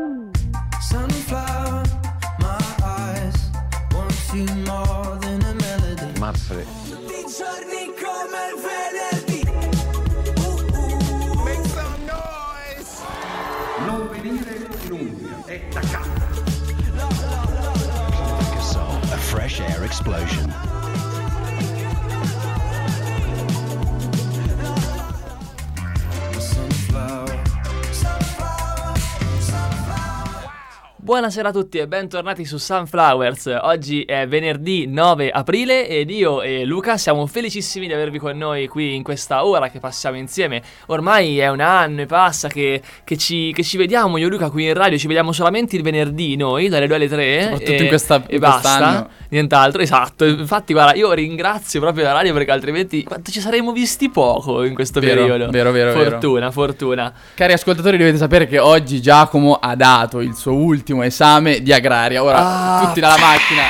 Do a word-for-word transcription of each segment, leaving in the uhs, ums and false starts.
Sunflower, my eyes want you more than a melody. Mazzare. Tutti i giorni come il venerdì. Uh, uh. Make some noise. Non venire in Umbria, è da casa. A fresh air explosion. Buonasera a tutti e bentornati su Sunflowers. Oggi è venerdì nove aprile ed io e Luca siamo felicissimi di avervi con noi qui in questa ora che passiamo insieme. Ormai è un anno e passa che, che, ci, che ci vediamo, io e Luca qui in radio, ci vediamo solamente il venerdì noi, dalle due alle tre. Soprattutto e, in questa e in basta, quest'anno. Nient'altro, esatto. Infatti guarda, io ringrazio proprio la radio perché altrimenti quanto ci saremmo visti poco in questo Vero, periodo. vero, vero, Fortuna, vero. fortuna. Cari ascoltatori, dovete sapere che oggi Giacomo ha dato il suo ultimo esame di agraria. Ora Ah. tutti dalla macchina.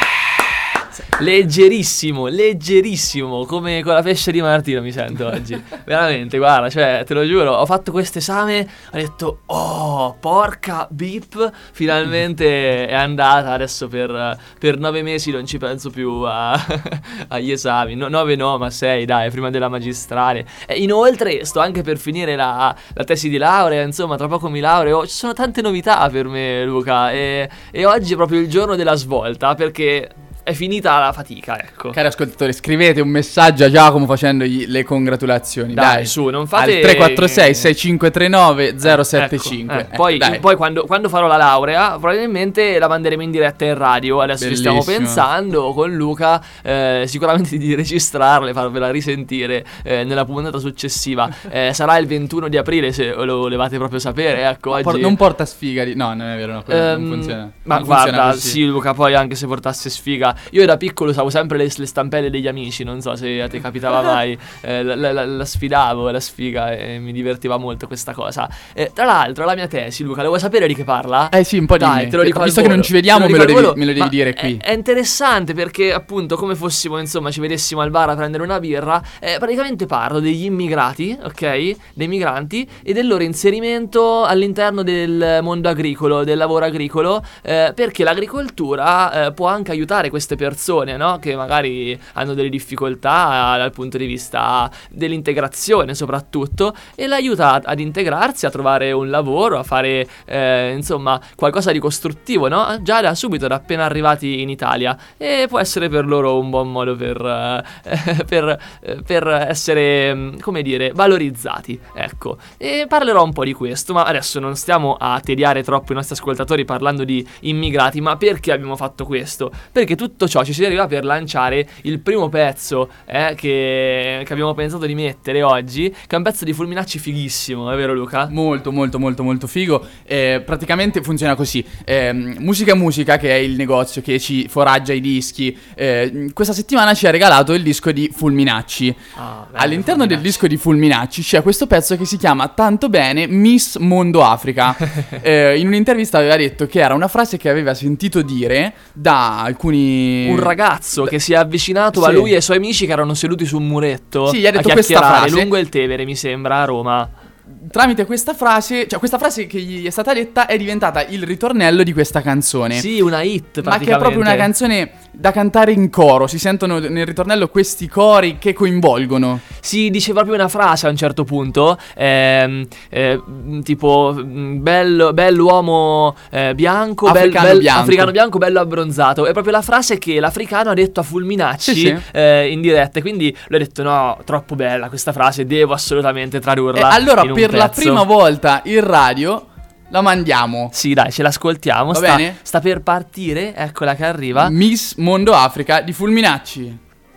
Leggerissimo, leggerissimo, come con la pesce di Martino mi sento oggi. Veramente, guarda, cioè, te lo giuro, ho fatto questo esame, ho detto, oh, porca bip, finalmente è andata, adesso per, per nove mesi non ci penso più a, agli esami, no, nove no, ma sei, dai, prima della magistrale. E inoltre sto anche per finire la, la tesi di laurea, insomma, tra poco mi laureo, ci sono tante novità per me, Luca, e, e oggi è proprio il giorno della svolta, perché è finita la fatica, ecco. Cari ascoltatori, scrivete un messaggio a Giacomo facendogli le congratulazioni. Dai, Dai, su, non fate al tre quattro sei sei cinque tre nove zero sette cinque. Ecco, eh, poi dai. poi quando, quando farò la laurea probabilmente la manderemo in diretta in radio. Adesso ci stiamo Bellissimo. pensando con Luca eh, sicuramente di registrarla e farvela risentire eh, nella puntata successiva. eh, Sarà il ventuno di aprile, se lo volevate proprio sapere. Ecco, oggi Por- non porta sfiga di... No, non è vero, no, quello Ehm, non funziona. Ma Non funziona guarda, così. sì, Luca, poi anche se portasse sfiga, io da piccolo usavo sempre le, le stampelle degli amici, non so se a te capitava mai, eh, la, la- la- la sfidavo, la sfiga, e mi divertiva molto questa cosa. Eh, tra l'altro la mia tesi, Luca, le vuoi sapere di che parla? Eh sì, un po' Dai, dimmi. te lo dico al Visto che volo. non ci vediamo, Te me lo dico al devi, volo. me lo devi Ma dire qui. È, è interessante perché appunto come fossimo, insomma, ci vedessimo al bar a prendere una birra, eh, praticamente parlo degli immigrati, ok? Dei migranti e del loro inserimento all'interno del mondo agricolo, del lavoro agricolo, eh, perché l'agricoltura eh, può anche aiutare queste persone, no? Che magari hanno delle difficoltà dal punto di vista dell'integrazione soprattutto, e l'aiuta ad integrarsi, a trovare un lavoro, a fare eh, insomma qualcosa di costruttivo, no? Già da subito, da appena arrivati in Italia, e può essere per loro un buon modo per, eh, per, eh, per essere, mm, come dire, valorizzati, ecco. E parlerò un po' di questo, ma adesso non stiamo a tediare troppo i nostri ascoltatori parlando di immigrati. Ma perché abbiamo fatto questo? Perché tutto ciò ci si arriva per lanciare il primo pezzo eh, che, che abbiamo pensato di mettere oggi, che è un pezzo di Fulminacci fighissimo, è vero Luca? Molto molto molto molto figo. eh, Praticamente funziona così. eh, Musica Musica, che è il negozio che ci foraggia i dischi, eh, questa settimana ci ha regalato il disco di Fulminacci. Ah, bello, All'interno del Fulminacci. disco di Fulminacci c'è questo pezzo che si chiama Tanto Bene Miss Mondo Africa. eh, In un'intervista aveva detto che era una frase che aveva sentito dire da alcuni... Un ragazzo che si è avvicinato Sì. a lui e ai suoi amici che erano seduti su un muretto Sì, gli ha detto a questa chiacchierare frase. lungo il Tevere, mi sembra, a Roma. Tramite questa frase, cioè questa frase che gli è stata detta è diventata il ritornello di questa canzone. Sì, una hit Ma che è proprio una canzone da cantare in coro. Si sentono nel ritornello questi cori che coinvolgono. Si dice proprio una frase a un certo punto, ehm, eh, tipo mm, bello, bell'uomo eh, bianco, bel- Africano bel- bianco. africano bianco, bello abbronzato. È proprio la frase che l'africano ha detto a Fulminacci, Sì, sì. eh, in diretta. E quindi lui ha detto no, troppo bella questa frase, devo assolutamente E tradurla allora in un per la pezzo. prima volta in radio la mandiamo. Sì, dai, ce l'ascoltiamo. Va sta, bene? sta per partire, eccola che arriva. Miss Mondo Africa di Fulminacci.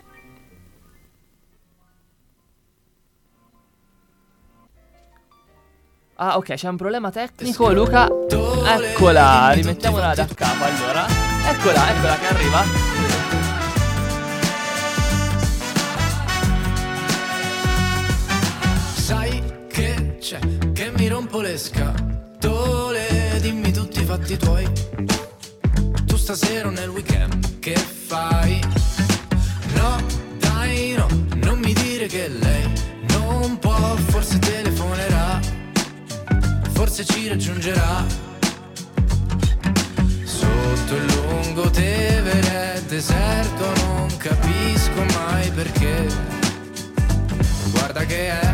Ah, ok, c'è un problema tecnico, Luca. Eccola, rimettiamola da capo allora. Eccola, eccola che arriva. Sai che c'è, che mi rompo le scatole, dimmi tutti i fatti tuoi. Tu stasera o nel weekend che fai? No, dai no, non mi dire che lei non può, forse telefonerà, forse ci raggiungerà. deserto, non capisco mai perché. Guarda che è,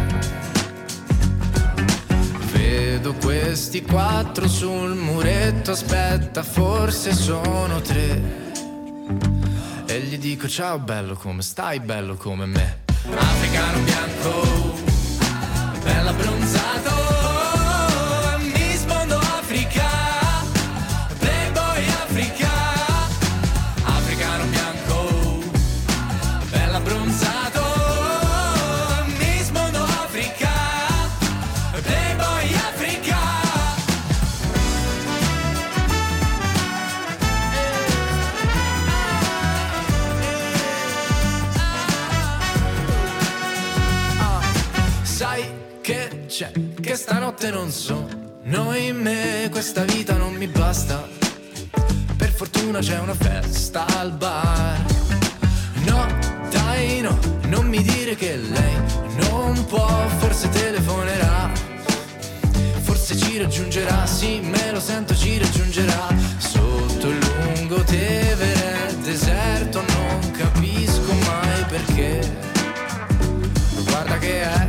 vedo questi quattro sul muretto, aspetta, forse sono tre. E gli dico ciao bello, come stai, bello come me. Africano bianco, bello abbronzato, Miss Mondo Africa, Playboy Africa. Africano bianco, bello abbronzato, Miss Mondo Africa, Playboy Africa. Sai che c'è, che stanotte non so, noi in me, questa vita non mi basta. Per fortuna c'è una festa al bar. No, dai no, non mi dire che lei non può, forse telefonerà, forse ci raggiungerà, sì, me lo sento, ci raggiungerà. Sotto il lungotevere deserto, non capisco mai perché. Guarda che è,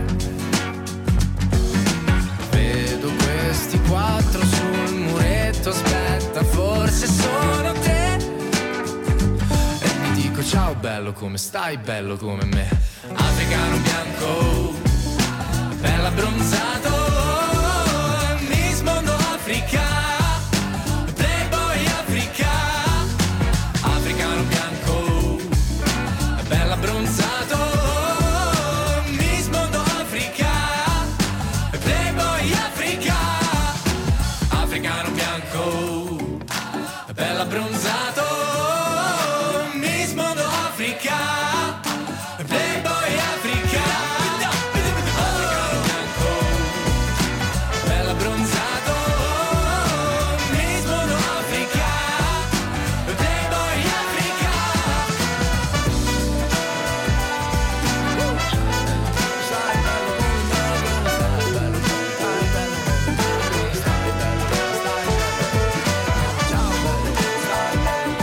vedo questi quattro sul muretto, aspetta, forse sono te. E mi dico ciao bello, come stai, bello come me. Africano bianco, bello abbronzato, Miss Mondo Africa, Playboy Africa. Africano bianco, bello abbronzato, Miss Mondo Africa, Playboy Africa. Africano bianco, bello abbronzato, Miss Mondo Africa, Playboy Africa. Africano bianco, bello abbronzato, Miss Mondo Africa, Playboy Africa. Stai bello, stai bello, stai bello, stai bello, stai bello. Ciao bello, stai bello.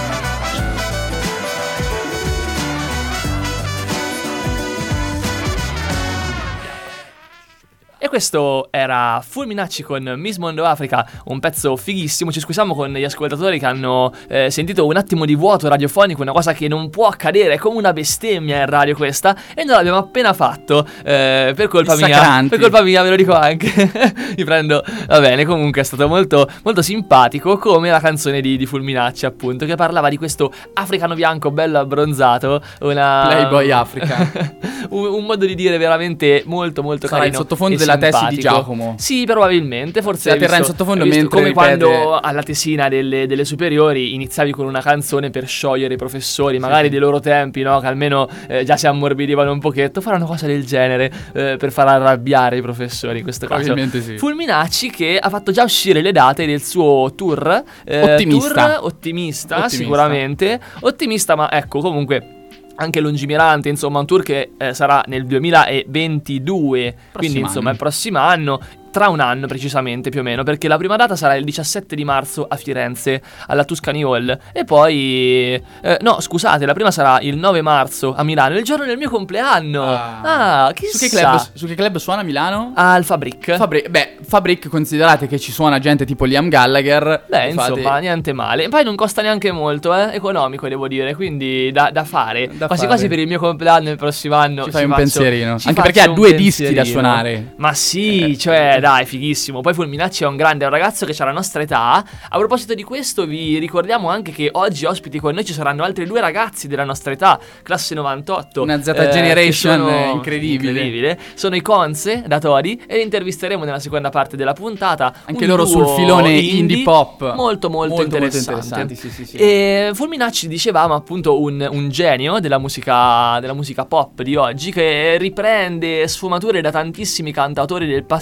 E questo era Fulminacci con Miss Mondo Africa, un pezzo fighissimo. Ci scusiamo con gli ascoltatori che hanno eh, sentito un attimo di vuoto radiofonico, una cosa che non può accadere, è come una bestemmia in radio questa, e noi l'abbiamo appena fatto eh, per colpa mia. Sacranti. Per colpa mia, ve lo dico anche. Mi prendo, va bene, comunque è stato molto, molto simpatico, come la canzone di, di Fulminacci, appunto, che parlava di questo africano bianco bello abbronzato, una Playboy Africa. un, un modo di dire veramente molto molto Sarà carino. il sottofondo e della tesi di simpatico. Giacomo. Sì, probabilmente, forse La hai terrà in visto- sottofondo hai visto mentre come ripete- quando alla tesina delle, delle superiori iniziavi con una canzone per sciogliere i professori, magari sì. dei loro tempi, no? Che almeno eh, già si ammorbidivano un pochetto. Fare una cosa del genere eh, per far arrabbiare i professori, in questo caso. Probabilmente sì. Fulminacci, che ha fatto già uscire le date del suo tour eh, Ottimista. tour ottimista, Ottimista. sicuramente ottimista, ma ecco, comunque anche lungimirante, insomma, un tour che eh, sarà nel duemilaventidue, quindi Prossimo insomma anno. il prossimo anno, tra un anno precisamente più o meno, perché la prima data sarà il diciassette di marzo a Firenze, alla Tuscany Hall, e poi eh, no, scusate, la prima sarà il nove marzo a Milano, il giorno del mio compleanno. Ah. Ah, chissà. Su che, club, su che club suona a Milano? Al Fabric. Fabri- beh, Fabric, considerate che ci suona gente tipo Liam Gallagher. Beh, fate- insomma, niente male. Poi non costa neanche molto, eh? Economico, devo dire, quindi da, da fare. Da quasi fare. quasi per il mio compleanno il prossimo anno Ci fai ci un faccio- pensierino. ci Anche faccio perché ha un due dischi da pensierino. suonare. Ma sì, cioè, dai, fighissimo. Poi Fulminacci è un grande, è un ragazzo che ha la nostra età. A proposito di questo, vi ricordiamo anche che oggi ospiti con noi ci saranno altri due ragazzi della nostra età, classe novantotto. Una Z eh, che Generation sono- incredibile. incredibile. Sono i Conze da Tori e li intervisteremo nella seconda parte della puntata. Anche Un loro duo sul filone indie pop. Molto, molto, Molto, molto interessante. interessanti, sì, sì, sì. E Fulminacci, dicevamo, appunto un, un genio della musica, della musica pop di oggi, che riprende sfumature da tantissimi cantautori del passato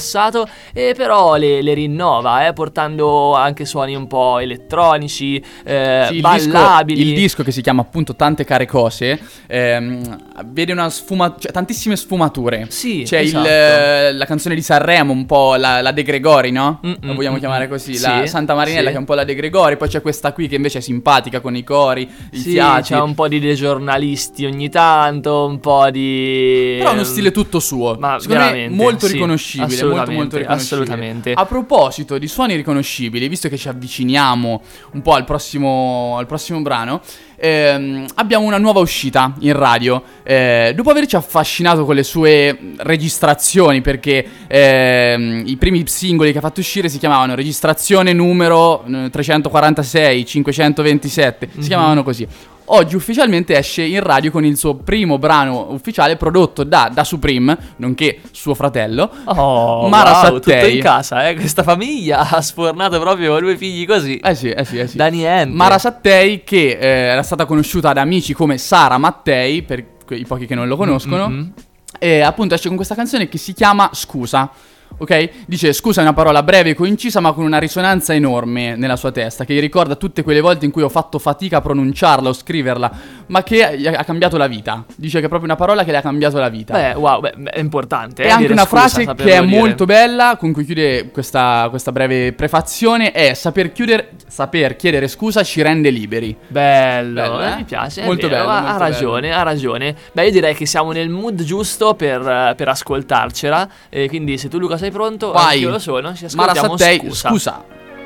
e però le, le rinnova, eh, portando anche suoni un po' elettronici, eh, Sì, il ballabili. disco, il disco che si chiama appunto Tante care cose ehm, vede una sfuma- cioè, tantissime sfumature. Sì, c'è esatto. il, eh, la canzone di Sanremo, un po' la, la De Gregori, no? Mm, la mm, vogliamo mm, chiamare mm. così, Sì, la Santa Marinella, sì. che è un po' la De Gregori. Poi c'è questa qui che invece è simpatica con i cori, i Sì, fiati. c'è un po' di dei giornalisti ogni tanto, un po' di... Però ha uno stile tutto suo. Ma Secondo me veramente, molto sì, riconoscibile, molto assolutamente, molto riconoscibile. assolutamente. A proposito di suoni riconoscibili, visto che ci avviciniamo un po' al prossimo, al prossimo brano, ehm, abbiamo una nuova uscita in radio. Eh, dopo averci affascinato con le sue registrazioni, perché ehm, i primi singoli che ha fatto uscire si chiamavano registrazione numero eh, trecentoquarantasei cinquecentoventisette, si chiamavano così. Oggi ufficialmente esce in radio con il suo primo brano ufficiale prodotto da, da Supreme, nonché suo fratello, Oh, Mara wow, tutto Sattei. in casa, eh. Questa famiglia ha sfornato proprio due figli così. Eh sì, eh sì, eh sì. Da niente. Mara Sattei, che eh, era stata conosciuta da amici come Sara Mattei, per i pochi che non lo conoscono, Mm-hmm. e appunto esce con questa canzone che si chiama Scusa. Ok? Dice scusa è una parola breve e coincisa ma con una risonanza enorme nella sua testa, che gli ricorda tutte quelle volte in cui ho fatto fatica a pronunciarla o scriverla, ma che gli ha cambiato la vita. Dice che è proprio una parola che le ha cambiato la vita. Beh, wow, beh, è importante. E eh, anche dire una scusa, frase saperlo che è dire. molto bella, con cui chiude questa, questa breve prefazione, è saper, chiudere, saper chiedere scusa ci rende liberi. Bello, Bello, eh, eh? mi piace. è Molto vero, bello, Ha, molto ha ragione, ha ragione. Beh, io direi che siamo nel mood giusto per, per ascoltarcela. E quindi, se tu, Luca, sei pronto, Vai. anche io lo sono. Ci Mara ascoltiamo Sattei, scusa. scusa.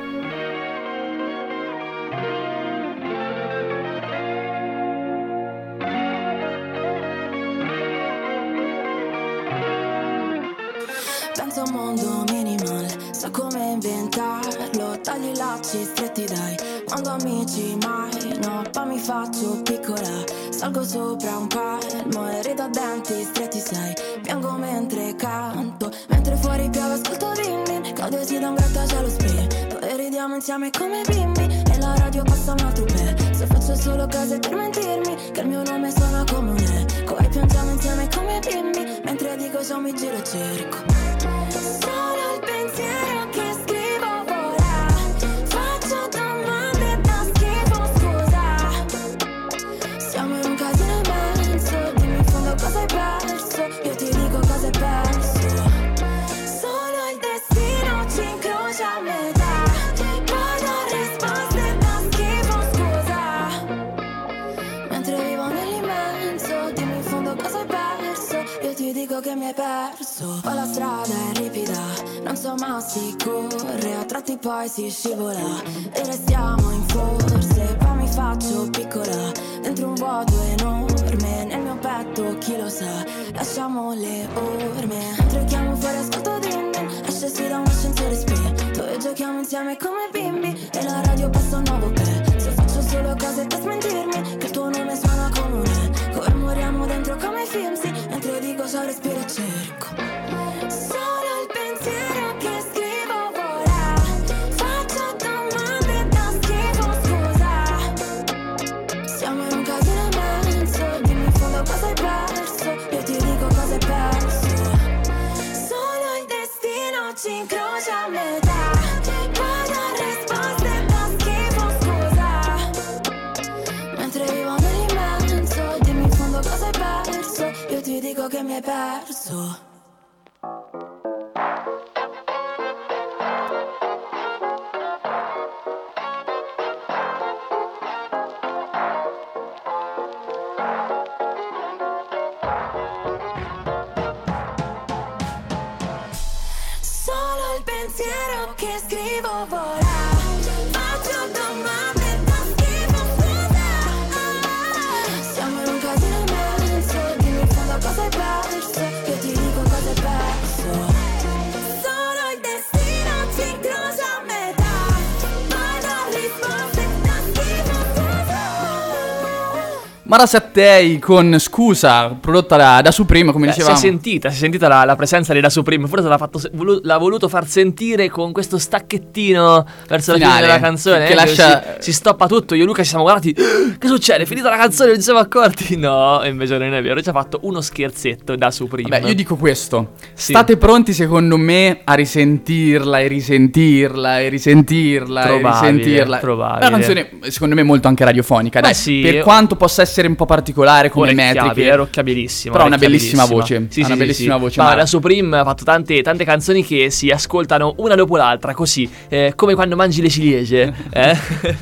Penso a un mondo minimal, so come inventarlo. Tagli i lacci stretti dai, quando amici mai. No, poi mi faccio piccola, salgo sopra un palmo e rido a denti stretti sai. Piango mentre canto, mentre fuori piove ascolto Din Din. Cade si da un grattacielo spento e ridiamo insieme come bimbi. E la radio passa un altro pezzo, faccio solo cose per mentirmi, che il mio nome suona come un eco. E piangiamo insieme come bimbi, mentre dico ciao mi giro e cerco. Solo il pensiero che scrivo vola, faccio domande da schifo, scusa. Siamo in un casino immenso, dimmi in fondo cosa hai perso, io ti dico cosa hai perso. Solo il destino ci incrocia a metà, poi do risposte da schifo, scusa. Mentre vivo nell'immenso, dimmi in fondo cosa hai perso, io ti dico che mi hai perso. Poi la strada è ripida, non so ma si corre, a tratti poi si scivola e restiamo in forze. Poi mi faccio piccola, dentro un vuoto enorme, nel mio petto chi lo sa, lasciamo le orme. Mentre chiamo fuori ascolto Din Din, esce si da un ascensore spento e giochiamo insieme come bimbi. E la radio passa un nuovo pezzo, faccio solo cose per smentirmi, che il tuo nome suona come un eco. E moriamo dentro come i film, sì, mentre dico ciao respiro e cerco. Solo il pensiero che scrivo vola, faccio domande da schifo, scusa. Siamo in un casino immenso, dimmi in fondo cosa hai perso, io ti dico cosa hai perso. Solo il destino ci incrocia a metà, poi do risposte da schifo, scusa. Mentre vivo nell'immenso, dimmi in fondo cosa hai perso, io ti dico che mi hai perso. Mara Sattei con Scusa, prodotta da, da Supreme, come Beh, dicevamo. Si è sentita, si è sentita la, la presenza di Da Supreme. Forse l'ha, fatto, volu- l'ha voluto far sentire con questo stacchettino verso Finale, la fine della canzone. che- che eh, lascia- si, si stoppa tutto. Io e Luca ci siamo guardati. Che succede? È finita la canzone, non ci siamo accorti? No, e invece non è vero. Ci ha fatto uno scherzetto Da Supreme. Vabbè, io dico questo. Sì. State pronti, secondo me, a risentirla e risentirla e risentirla Probabile, e risentirla. probabile. È una canzone, secondo me, molto anche radiofonica. Ma Dai, sì, per io- quanto possa essere un po' particolare come Orecchiabile, metriche. orecchiabilissima. Però ha una bellissima orecchiabilissima. voce, Sì, ha sì, una sì, bellissima sì. voce, Ma Mara. Da Supreme ha fatto tante, tante canzoni che si ascoltano una dopo l'altra, così, eh, come quando mangi le ciliegie. eh?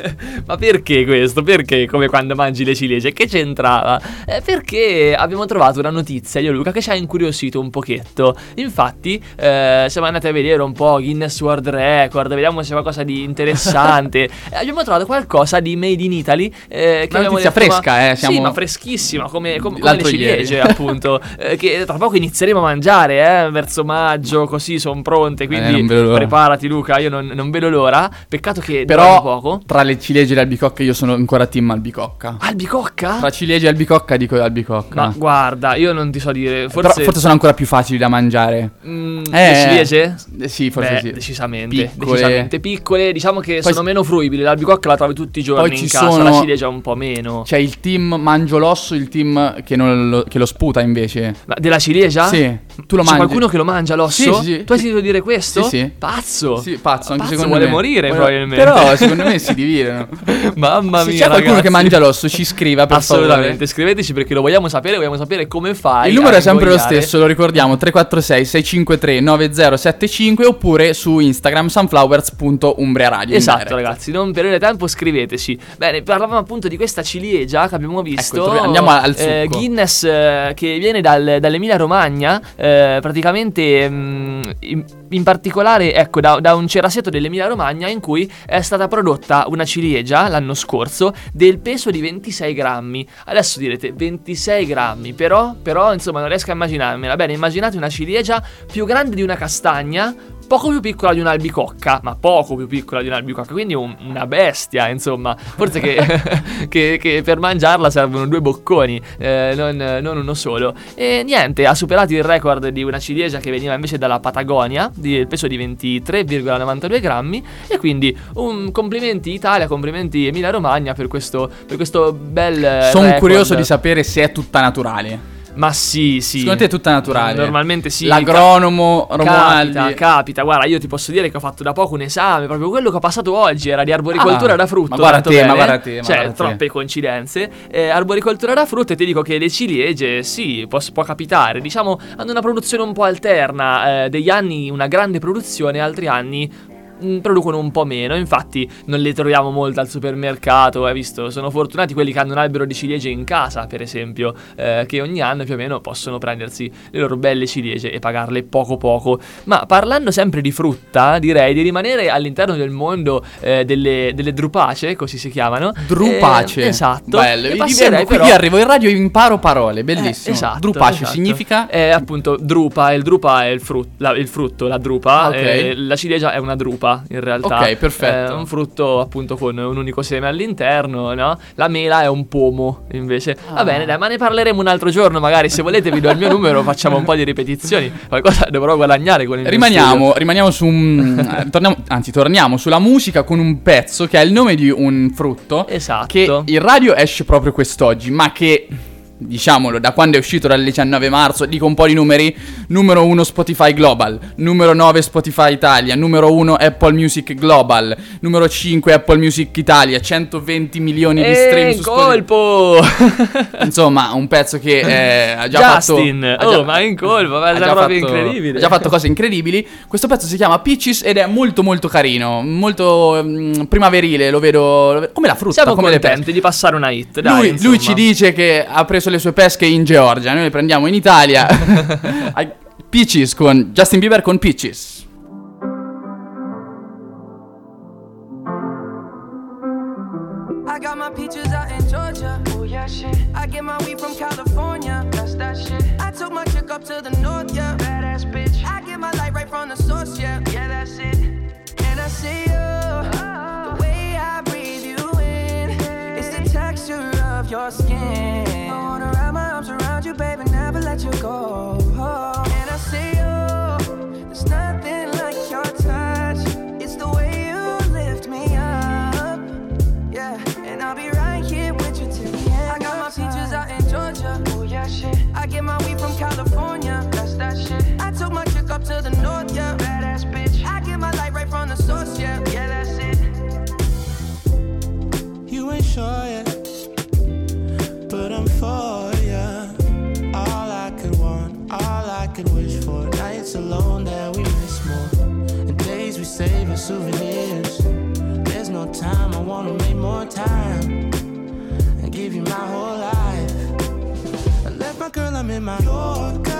Ma perché questo? Perché come quando mangi le ciliegie? Che c'entrava? Eh, perché abbiamo trovato una notizia, io e Luca, che ci ha incuriosito un pochetto. Infatti, eh, siamo andati a vedere un po' Guinness World Record, vediamo se c'è qualcosa di interessante. E abbiamo trovato qualcosa di Made in Italy. Eh, che Una abbiamo notizia detto, fresca, ma- eh, siamo- Sì, ma freschissima, come, come, come le L'altro ieri. ciliegie, appunto. eh, che tra poco inizieremo a mangiare, eh, verso maggio, così sono pronte. Quindi Eh, non vedo l'ora. preparati, Luca. Io non, non vedo l'ora. Peccato che Però durano poco. tra le ciliegie e l'albicocca io sono ancora team albicocca. Albicocca? Tra ciliegie e albicocca dico albicocca. Ma guarda, io non ti so dire. Però Forse. forse sono ancora più facili da mangiare. Mm, Eh, le ciliegie? eh, sì, forse Beh, sì. decisamente, Piccole. decisamente piccole. Diciamo che Poi sono s- meno fruibili. L'albicocca la trovi tutti i giorni Poi in ci casa. sono- La ciliegia un po' meno. C'è il team mangio l'osso, il team che, non lo, che lo sputa invece. Ma della ciliegia? Sì, tu lo C'è mangi. qualcuno che lo mangia l'osso? Sì, sì, sì. Tu hai sentito dire questo? Sì, sì. Pazzo. Sì, pazzo, anche Pazzo, secondo vuole me. morire Vuole- probabilmente. Però secondo me si dividono. Mamma Se mia, c'è qualcuno ragazzi. che mangia l'osso, ci scriva per Assolutamente, favore. scriveteci perché lo vogliamo sapere, vogliamo sapere come fai. Il numero a è sempre lo ingoiare. stesso, lo ricordiamo, tre quattro sei sei cinque tre nove zero sette cinque oppure su Instagram sunflowers punto umbria radio. Esatto, ragazzi, non perdete tempo, scriveteci. Bene, parlavamo appunto di questa ciliegia che abbiamo visto. Ecco, trovi- andiamo al eh, succo. Guinness, eh, che viene dal- dall'Emilia Romagna, eh, praticamente mm, in, in particolare, ecco, da, da un ceraseto dell'Emilia Romagna in cui è stata prodotta una ciliegia l'anno scorso del peso di ventisei grammi. Adesso direte ventisei grammi, però, però insomma non riesco a immaginarmela. Bene, immaginate una ciliegia più grande di una castagna, poco più piccola di un'albicocca, ma poco più piccola di un'albicocca, quindi un- una bestia, insomma. Forse che, che, che per mangiarla servono due bocconi, eh, non, non uno solo. E niente, ha superato il record di una ciliegia che veniva invece dalla Patagonia, di, il peso di ventitré virgola novantadue grammi. E quindi un complimenti Italia, complimenti Emilia Romagna per questo, per questo bel eh, Sono record. curioso di sapere se è tutta naturale. Ma sì, sì. Secondo te è tutta naturale? Normalmente sì. L'agronomo Romualdi. Capita, capita. Guarda, io ti posso dire che ho fatto da poco un esame, proprio quello che ho passato oggi era di arboricoltura Ah, da frutto. ma guarda tanto te, bene. ma guarda te, ma Cioè, guarda te. troppe coincidenze. Eh, arboricoltura da frutto, e ti dico che le ciliegie, sì, può, può capitare. Diciamo, hanno una produzione un po' alterna. Eh, degli anni una grande produzione, altri anni mh, producono un po' meno. Infatti non le troviamo molto al supermercato. Hai visto? Sono fortunati quelli che hanno un albero di ciliegie in casa, per esempio, eh, che ogni anno più o meno possono prendersi le loro belle ciliegie e pagarle poco poco. Ma parlando sempre di frutta, direi di rimanere all'interno del mondo eh, delle, delle drupacee, così si chiamano. Drupace. Eh, esatto. Bello. E Io passerei qui però- arrivo in radio e imparo parole. Bellissimo. eh, esatto, Drupace esatto. significa? È appunto drupa. Il drupa è il, frut- la- il frutto, la drupa. Ah, ok. eh, la ciliegia è una drupa, in realtà. Ok, perfetto. È un frutto appunto con un unico seme all'interno, no? La mela è un pomo, invece. Ah. Va bene, dai, ma ne parleremo un altro giorno. Magari se volete vi do il mio numero, facciamo un po' di ripetizioni. Qualcosa dovrò guadagnare con il mio Rimaniamo, studio. rimaniamo su un. eh, torniamo, anzi, torniamo sulla musica con un pezzo che ha il nome di un frutto. Esatto. Che in radio esce proprio quest'oggi, ma che. Diciamolo, da quando è uscito dal diciannove marzo, dico un po' di numeri: numero uno Spotify Global, numero nove Spotify Italia, numero uno Apple Music Global, numero cinque Apple Music Italia, centoventi milioni di stream Eh, su Spotify. colpo! Insomma, un pezzo che eh, ha già Justin, fatto. ha oh, già- ma è in colpa, ma ha è già proprio fatto- incredibile. Ha già fatto cose incredibili. Questo pezzo si chiama Peaches ed è molto molto carino, molto mm, primaverile, lo vedo, lo vedo- come la frutta, Siamo come le contenti pesche. di passare una hit, dai, Lui, insomma. lui ci dice che ha preso le sue pesche in Georgia, noi le prendiamo in Italia. Peaches con Justin Bieber con Peaches. I got my peaches out in Georgia. Oh yeah, shit. I get my weed from California. That's that shit. I took my chick up to the north, yeah. Badass bitch. I get my light right from the source, yeah. Yeah, that's it. And I see you. Oh. The way I breathe you in. It's the texture of your skin. more time and give you my whole life. I left my girl, I'm in my Yorker.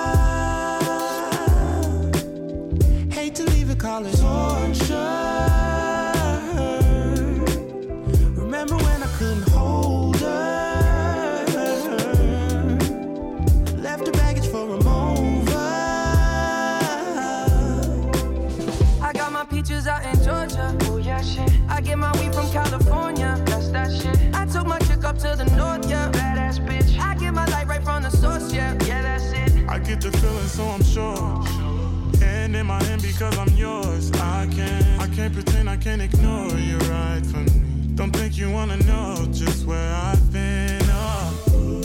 Hate to leave it, call it torture. Remember when I couldn't hold her? Left her baggage for a mover. I got my peaches out in Georgia. Oh yeah, shit. I get my weed from California. That's that shit. I took my chick up to the north, yeah. Badass bitch. I get my light right from the source, yeah. Yeah, that's it. I get the feeling, so I'm sure. Hand in my hand because I'm yours. I can't, I can't pretend, I can't ignore you right from me. Don't think you wanna know just where I've been. Oh,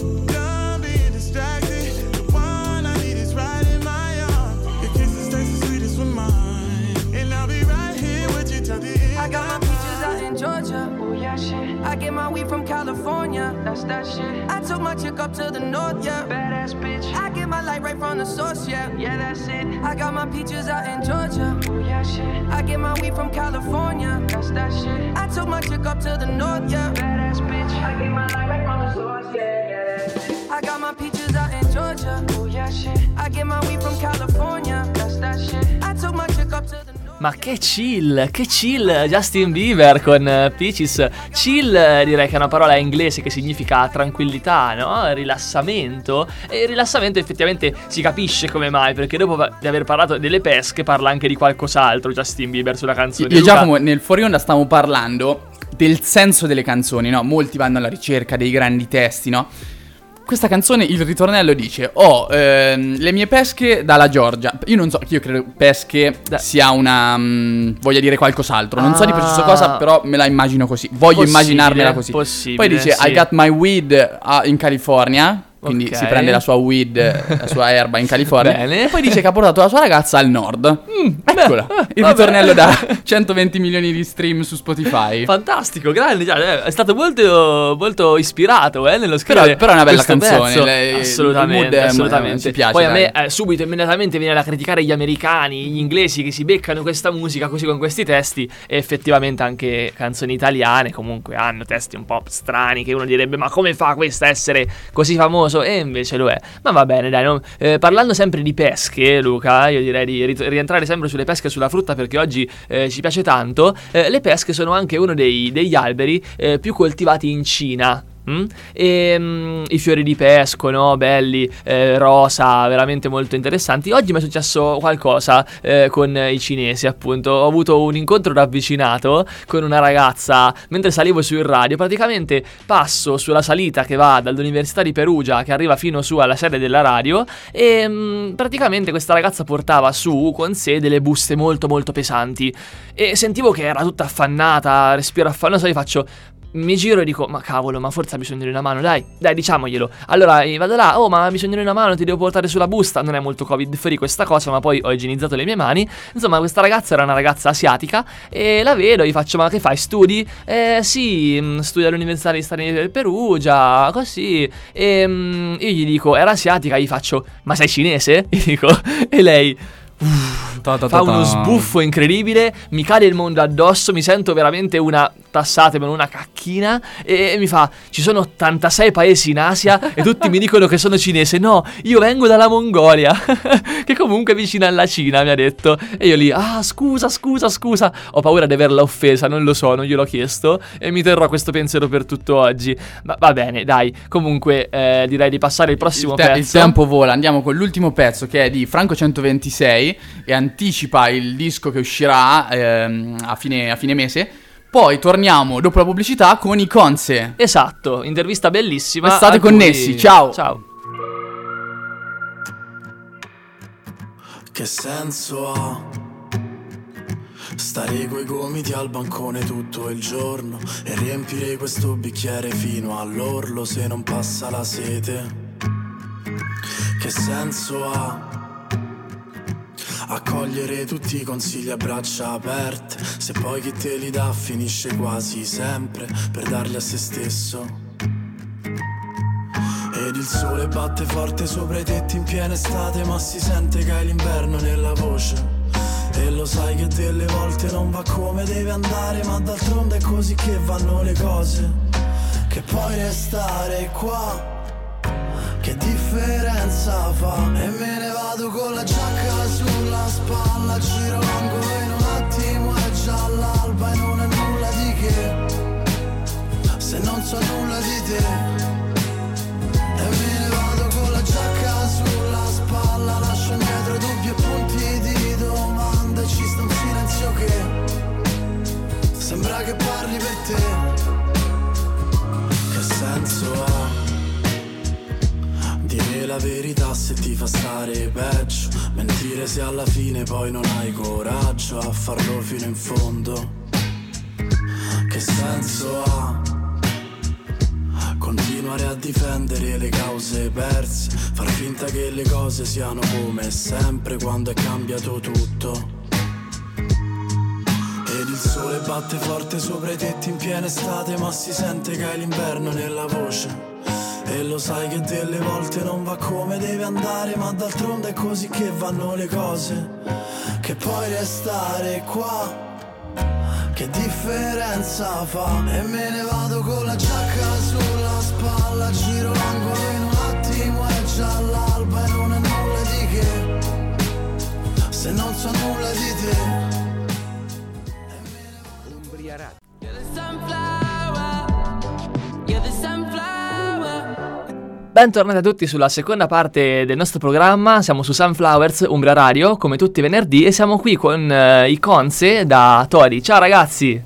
done being distracted. The one I need is right in my arms. Your kisses taste the sweetest with mine, and I'll be right here with you till the end. I got my peaches out in Georgia. Oh yeah, shit. I get my weed from California. That's that shit. I took my chick up to the north, yeah. Badass bitch. I get my light right from the source, yeah. Yeah, that's it. I got my peaches out in Georgia. Oh yeah, shit. I get my weed from California. That's that shit. I took my chick up to the north, yeah. Badass bitch. I get my light right from the source, yeah. Yeah, that's it. I got my peaches out in Georgia. Oh yeah, shit. I get my weed from California. That's that shit. I took my chick up to the north. Ma che chill, che chill Justin Bieber con uh, Peaches. Chill uh, direi che è una parola inglese che significa tranquillità, no? Rilassamento. E il rilassamento effettivamente si capisce come mai, perché dopo di aver parlato delle pesche parla anche di qualcos'altro Justin Bieber sulla canzone. Io e Giacomo nel fuori onda stavamo parlando del senso delle canzoni, no? Molti vanno alla ricerca dei grandi testi, no? Questa canzone, il ritornello dice: oh, ehm, le mie pesche dalla Georgia. Io non so, io credo pesche da- sia una um, voglia dire qualcos'altro. Non ah. so di preciso cosa, però me la immagino così. Voglio possibile, immaginarmela così. Possibile, Poi dice: sì. I got my weed uh, in California. Quindi okay. si prende la sua weed, la sua erba in California. Bene. E poi dice che ha portato la sua ragazza al nord. Mm, Eccola, beh, il vabbè. ritornello da centoventi milioni di stream su Spotify. Fantastico, grande, cioè, è stato molto, molto ispirato eh, nello scrivere. Però, però è una bella canzone. Le, assolutamente, il mood assolutamente. È, piace, poi dai. a me eh, subito immediatamente viene da criticare gli americani, gli inglesi che si beccano questa musica così con questi testi. E effettivamente anche canzoni italiane comunque hanno testi un po' strani, che uno direbbe: ma come fa questa a essere così famoso? E invece lo è. Ma va bene, dai, no? eh, parlando sempre di pesche, Luca, io direi di rit- rientrare sempre sulle pesche e sulla frutta, perché oggi eh, ci piace tanto. Eh, le pesche sono anche uno dei, degli alberi eh, più coltivati in Cina. Mm? E mm, i fiori di pesco, no? Belli, eh, rosa, veramente molto interessanti. Oggi mi è successo qualcosa eh, con i cinesi, appunto. Ho avuto un incontro ravvicinato con una ragazza mentre salivo sul radio. Praticamente passo sulla salita che va dall'Università di Perugia, che arriva fino su alla sede della radio, e mm, praticamente questa ragazza portava su con sé delle buste molto molto pesanti e sentivo che era tutta affannata, respiro affannoso. Io faccio... Mi giro e dico: ma cavolo, ma forse ha bisogno di una mano, dai, dai, diciamoglielo. Allora vado là: oh, ma ha bisogno di una mano, ti devo portare sulla busta. Non è molto covid free questa cosa, ma poi ho igienizzato le mie mani. Insomma, questa ragazza era una ragazza asiatica e la vedo, gli faccio: ma che fai, studi? Eh sì, studio all'Università di Stati del Perugia, così. E um, io gli dico: era asiatica? Gli faccio: ma sei cinese? Gli dico. E lei... Uff, ta ta ta ta. Fa uno sbuffo incredibile, mi cade il mondo addosso, mi sento veramente una, passatemi, una cacchina, e, e mi fa: ci sono ottantasei paesi in Asia e tutti mi dicono che sono cinese. No, io vengo dalla Mongolia che comunque è vicina alla Cina, mi ha detto. E io lì: ah, scusa, scusa, scusa. Ho paura di averla offesa, non lo so, non gliel'ho chiesto e mi terrò questo pensiero per tutto oggi. Ma va bene, dai, comunque eh, direi di passare il prossimo il te- pezzo. Il tempo vola, andiamo con l'ultimo pezzo, che è di Franco centoventisei e anticipa il disco che uscirà ehm, a, fine, a fine mese. Poi torniamo dopo la pubblicità con i Conce. Esatto, intervista bellissima. State connessi, cui... ciao. Ciao. Che senso ha stare coi gomiti al bancone tutto il giorno e riempire questo bicchiere fino all'orlo se non passa la sete? Che senso ha accogliere tutti i consigli a braccia aperte se poi chi te li dà finisce quasi sempre per darli a se stesso? Ed il sole batte forte sopra i tetti in piena estate, ma si sente che hai l'inverno nella voce. E lo sai che delle volte non va come deve andare, ma d'altronde è così che vanno le cose. Che puoi restare qua, che differenza fa? E me ne vado con la giacca sulla spalla, giro l'angolo in un attimo è già l'alba e non è nulla di che, se non so nulla di te. E me ne vado con la giacca sulla spalla, lascio indietro dubbi e punti di domanda e ci sta un silenzio che sembra che parli per te. Che senso ha dire la verità se ti fa stare peggio, mentire se alla fine poi non hai coraggio a farlo fino in fondo? Che senso ha continuare a difendere le cause perse, far finta che le cose siano come sempre quando è cambiato tutto? Ed il sole batte forte sopra i tetti in piena estate, ma si sente che hai l'inverno nella voce. E lo sai che delle volte non va come deve andare, ma d'altronde è così che vanno le cose. Che puoi restare qua, che differenza fa? E me ne vado con la giacca sulla spalla, giro l'angolo in un attimo è già l'alba e non è nulla di che, se non so nulla di te. Umbria Radio. You're the sunflower, you're the sunflower. Bentornati a tutti sulla seconda parte del nostro programma. Siamo su Sunflowers Umbria Radio, come tutti i venerdì, e siamo qui con uh, i Conze da Tori. Ciao ragazzi.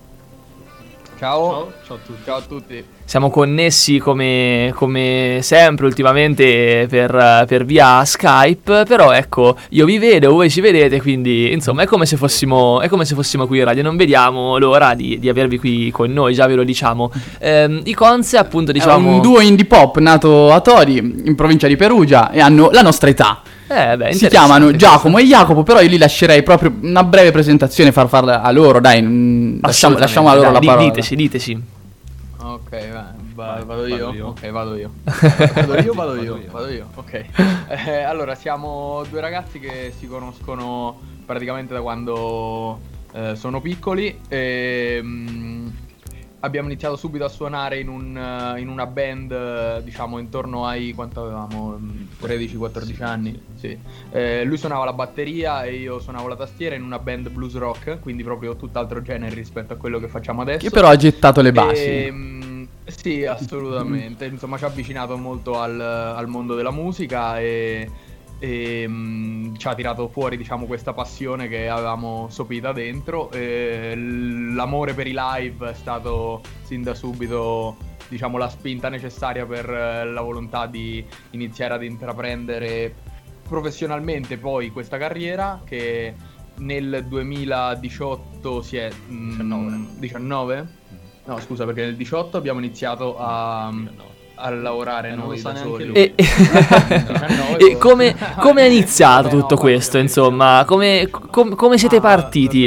Ciao. Ciao, ciao a tutti. Ciao a tutti. Siamo connessi come, come sempre ultimamente per, per via Skype, però ecco, io vi vedo, voi ci vedete, quindi insomma è come se fossimo, è come se fossimo qui in radio. Non vediamo l'ora di, di avervi qui con noi, già ve lo diciamo. Eh, I Conze, appunto, diciamo, è un duo indie pop nato a Tori, in provincia di Perugia, e hanno la nostra età. Eh, beh, si chiamano Giacomo e Jacopo, però io li lascerei proprio una breve presentazione, far farla a loro, dai, mh, lasciamo, lasciamo a loro dai, la parola. Diteci, diteci. Ok, va, va, vado, io? vado io. Ok, vado io. vado io, vado io, vado io. Ok. Eh, allora, siamo due ragazzi che si conoscono praticamente da quando eh, sono piccoli. E, mh, abbiamo iniziato subito a suonare in, un, uh, in una band, uh, diciamo, intorno ai, quanto avevamo? tredici quattordici anni, sì. Eh, lui suonava la batteria e io suonavo la tastiera in una band blues rock, quindi proprio tutt'altro genere rispetto a quello che facciamo adesso. Che però ha gettato le basi. E, mh, sì, assolutamente. Insomma, ci ha avvicinato molto al, al mondo della musica e... e mh, ci ha tirato fuori, diciamo, questa passione che avevamo sopita dentro. E l'amore per i live è stato sin da subito, diciamo, la spinta necessaria per eh, la volontà di iniziare ad intraprendere professionalmente poi questa carriera, che nel duemiladiciotto si è mh, diciannove? No, scusa, perché nel diciotto abbiamo iniziato a a lavorare eh, noi da soli. E, e come, come è iniziato no, tutto no, questo, no, insomma? Come, com, come siete ah, partiti?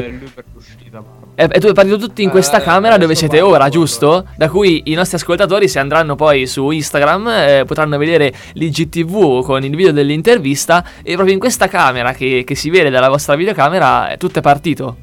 E, e tu hai partito tutti in questa eh, camera dove siete ora, giusto? Da cui i nostri ascoltatori, se andranno poi su Instagram, eh, potranno vedere l'I G T V con il video dell'intervista. E proprio in questa camera che, che si vede dalla vostra videocamera, tutto è partito.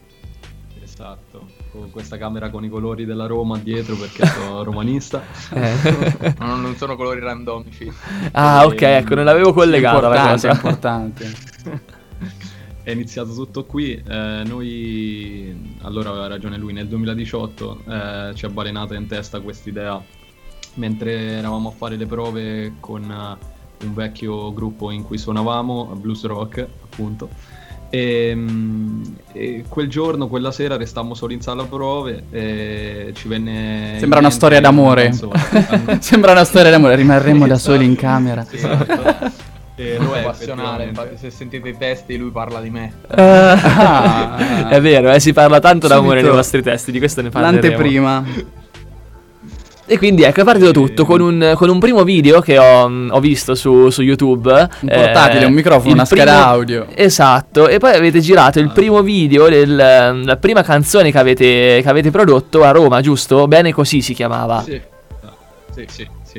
Questa camera con i colori della Roma dietro, perché sono romanista. eh. no, non sono colori randomici. Ah, ok, ecco, non l'avevo collegato la cosa. È importante. È iniziato tutto qui. Eh, noi, allora aveva ragione lui, nel duemiladiciotto eh, ci è balenata in testa quest'idea mentre eravamo a fare le prove con uh, un vecchio gruppo in cui suonavamo, blues rock, appunto. E, e quel giorno, quella sera, restammo solo in sala prove e ci venne... Sembra una storia d'amore. Sembra una storia d'amore, rimarremo da soli in camera. Esatto. E lo è passionale, infatti se sentite i testi lui parla di me. Uh, ah, è vero, eh, si parla tanto d'amore nei vostri testi, di questo ne parleremo. L'anteprima. E quindi ecco, è partito tutto con un, con un primo video che ho, ho visto su, su YouTube. Un portatile, eh, un microfono, una scheda primo, audio. Esatto, e poi avete girato il primo video, del, la prima canzone che avete, che avete prodotto a Roma, giusto? Bene così si chiamava. Sì, sì, sì, sì.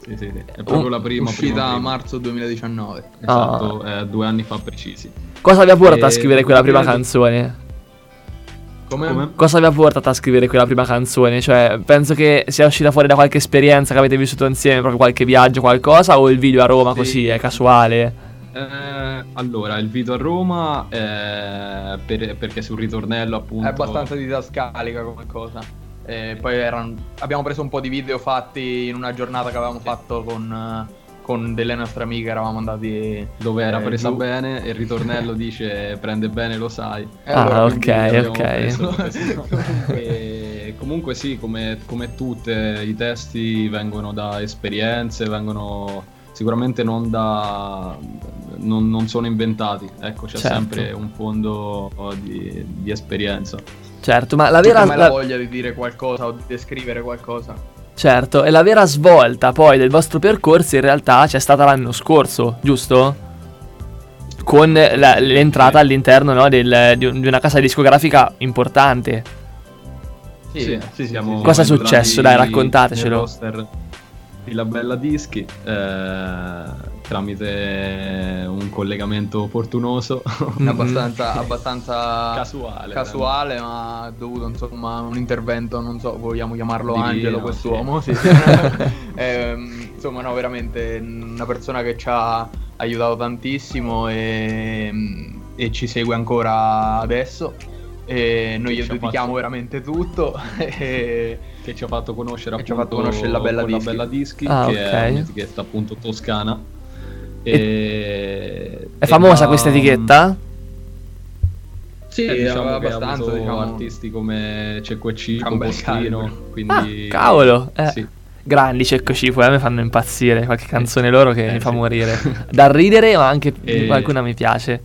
Sì, sì, sì. È proprio Un- la prima Uscita prima, a prima. marzo duemiladiciannove. Esatto, eh, due anni fa precisi. Cosa vi ha portato a E- scrivere quella prima credo- canzone? Come? Come? Cosa vi ha portato a scrivere quella prima canzone? Cioè, penso che sia uscita fuori da qualche esperienza che avete vissuto insieme, proprio qualche viaggio, qualcosa, o il video a Roma Sì. così, è casuale? Eh, allora, il video a Roma eh, per- perché sul ritornello appunto È abbastanza didascalica come cosa. E poi erano, abbiamo preso un po' di video fatti in una giornata che avevamo fatto con, eh, con delle nostre amiche, eravamo andati dove era eh, presa giù. bene e il ritornello dice prende bene lo sai. E Ah, allora, ok, Quindi abbiamo ok. preso questo. E comunque sì, come, come tutte i testi vengono da esperienze, vengono sicuramente non da non, non sono inventati, ecco, c'è Certo. sempre un fondo di, di esperienza. Certo, ma la C'è vera... come la la- voglia di dire qualcosa o di descrivere qualcosa. Certo, e la vera svolta poi del vostro percorso in realtà c'è stata l'anno scorso, giusto? Con la- l'entrata all'interno, no, del- di, un- di una casa discografica importante. Sì, Sì, sì, sì, siamo sì, Cosa è entrati successo? Dai, raccontatecelo. nel roster di La Bella Dischi eh, tramite un collegamento fortunoso. Mm. abbastanza, abbastanza Casuale, casuale, ma dovuto insomma a un intervento, non so, vogliamo chiamarlo Divino, Angelo sì. quest'uomo, sì, sì. Ehm, insomma no, veramente una persona che ci ha aiutato tantissimo e, e ci segue ancora adesso e noi Che gli ci ha dedichiamo fatto- veramente tutto e che ci ha fatto conoscere Che ci ha appunto fatto conoscere La Bella con Dischi. La Bella Dischi, Ah, che ok. è un'etichetta appunto toscana. E, È famosa e questa da- etichetta? sì, Eh, diciamo che ha abbastanza, avuto diciamo. artisti come Cecco e Cico, Campbell Postino, Calibro. quindi Ah, cavolo, eh. sì. Grandi Cecco Cipo, a me fanno impazzire qualche canzone loro che Eh, mi fa sì. morire. Da ridere, ma anche E- qualcuna mi piace.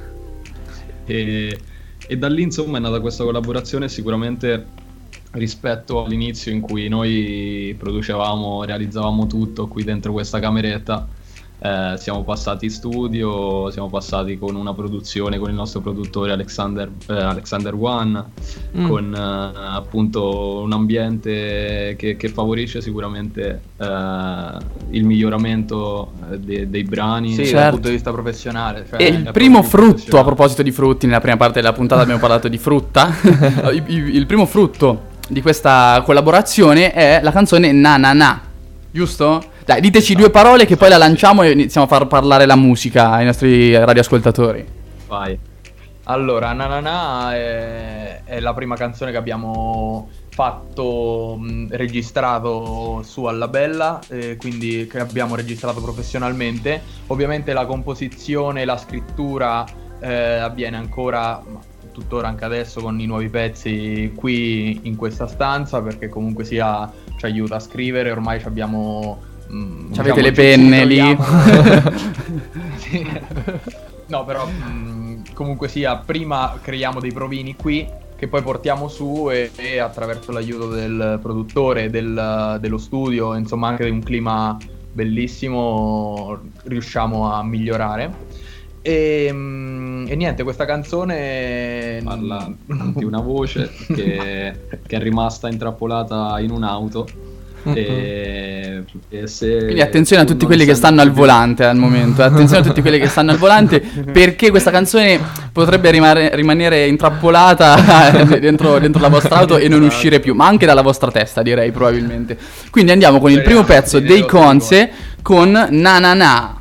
E, e da lì insomma è nata questa collaborazione sicuramente rispetto all'inizio in cui noi producevamo, realizzavamo tutto qui dentro questa cameretta. Eh, siamo passati in studio, siamo passati con una produzione con il nostro produttore Alexander, eh, Alexander One, Mm. con eh, appunto un ambiente che, che favorisce sicuramente eh, il miglioramento eh, de- dei brani. Sì, Certo. dal punto di vista professionale, cioè, E è il Il proprio primo più frutto, a professionale. proposito di frutti, nella prima parte della puntata abbiamo parlato di frutta. il, il- il primo frutto di questa collaborazione è la canzone Na Na Na, giusto? Dai, diteci due parole che poi la lanciamo e iniziamo a far parlare la musica ai nostri radioascoltatori. Vai. Allora, Na Na Na è, è la prima canzone che abbiamo fatto, mh, registrato su Alla Bella, eh, quindi che abbiamo registrato professionalmente. Ovviamente la composizione, la scrittura eh, avviene ancora, ma tuttora anche adesso con i nuovi pezzi qui in questa stanza, perché comunque sia ci aiuta a scrivere, ormai ci abbiamo... mh, Ci avete diciamo, le ci penne lì? troviamo- Sì. No, però mh, comunque sia, prima creiamo dei provini qui che poi portiamo su e, e attraverso l'aiuto del produttore, del- dello studio, insomma anche di un clima bellissimo, riusciamo a migliorare. E, mh, e niente, questa canzone Parla di una voce che, che è rimasta intrappolata in un'auto. E, e se Quindi attenzione a tu tutti non quelli che senti stanno al più- volante al momento, eh. Attenzione a tutti quelli che stanno al volante, perché questa canzone potrebbe rimane- rimanere intrappolata dentro, dentro la vostra auto e non uscire più, ma anche dalla vostra testa, direi, probabilmente. Quindi andiamo con il primo Speriamo, pezzo sì, dei lo Conce con Na Na Na.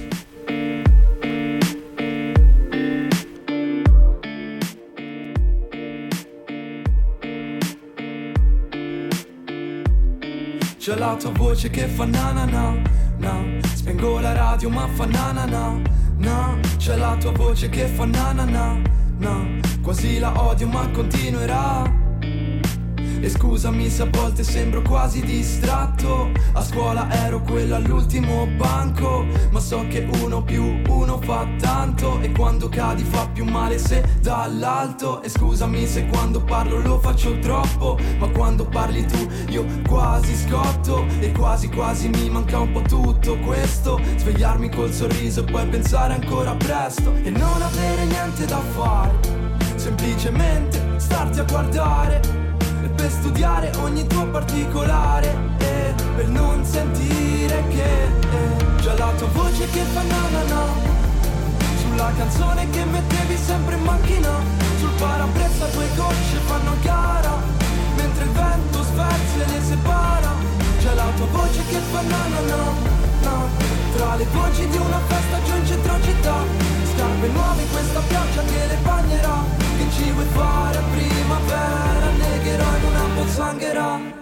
C'è la tua voce che fa na na na na. Spengo la radio ma fa na na na na. C'è la tua voce che fa na na na na. Quasi la odio ma continuerà. E scusami se a volte sembro quasi distratto. A scuola ero quello all'ultimo banco, ma so che uno più uno fa tanto. E quando cadi fa più male se dall'alto. E scusami se quando parlo lo faccio troppo, ma quando parli tu io quasi scotto. E quasi quasi mi manca un po' tutto questo. Svegliarmi col sorriso e poi pensare ancora presto. E non avere niente da fare, semplicemente starti a guardare. E per studiare ogni tuo particolare, e per non sentire che voce che fa na na na, sulla canzone che mettevi sempre in macchina, sul parabrezza tue gocce fanno gara, mentre il vento sferza e le separa. C'è la tua voce che fa na na na na, tra le voci di una festa giù in centro città. Scarpe nuove in questa pioggia che le bagnerà, che ci vuoi fare a primavera, negherò in una pozzanghera.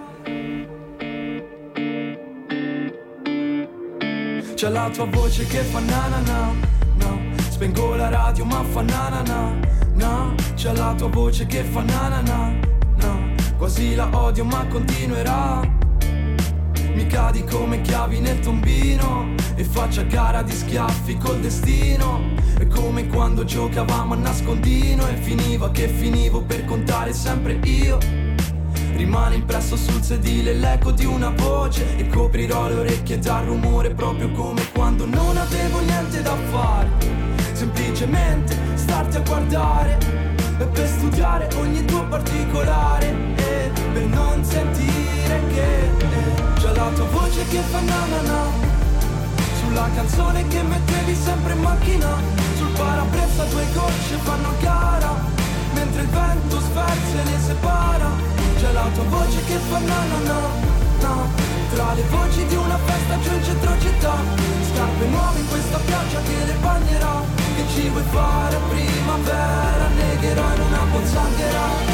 C'è la tua voce che fa na na na na, spengo la radio ma fa na na na na. C'è la tua voce che fa na na na na, quasi la odio ma continuerà. Mi cadi come chiavi nel tombino e faccio a gara di schiaffi col destino. È come quando giocavamo a nascondino e finiva che finivo per contare sempre io. Rimane impresso sul sedile l'eco di una voce e coprirò le orecchie dal rumore, proprio come quando non avevo niente da fare, semplicemente starti a guardare e per studiare ogni tuo particolare e per non sentire che eh, c'è la tua voce che fa na na na, sulla canzone che mettevi sempre in macchina, sul parabrezza tue gocce fanno gara, mentre il vento sferza e le separa. C'è la tua voce che fa na na na na, tra le voci di una festa giù in centro città. Scarpe nuove in questa pioggia che le bagnerà, che ci vuoi fare a primavera, negherò in una pozzanghera.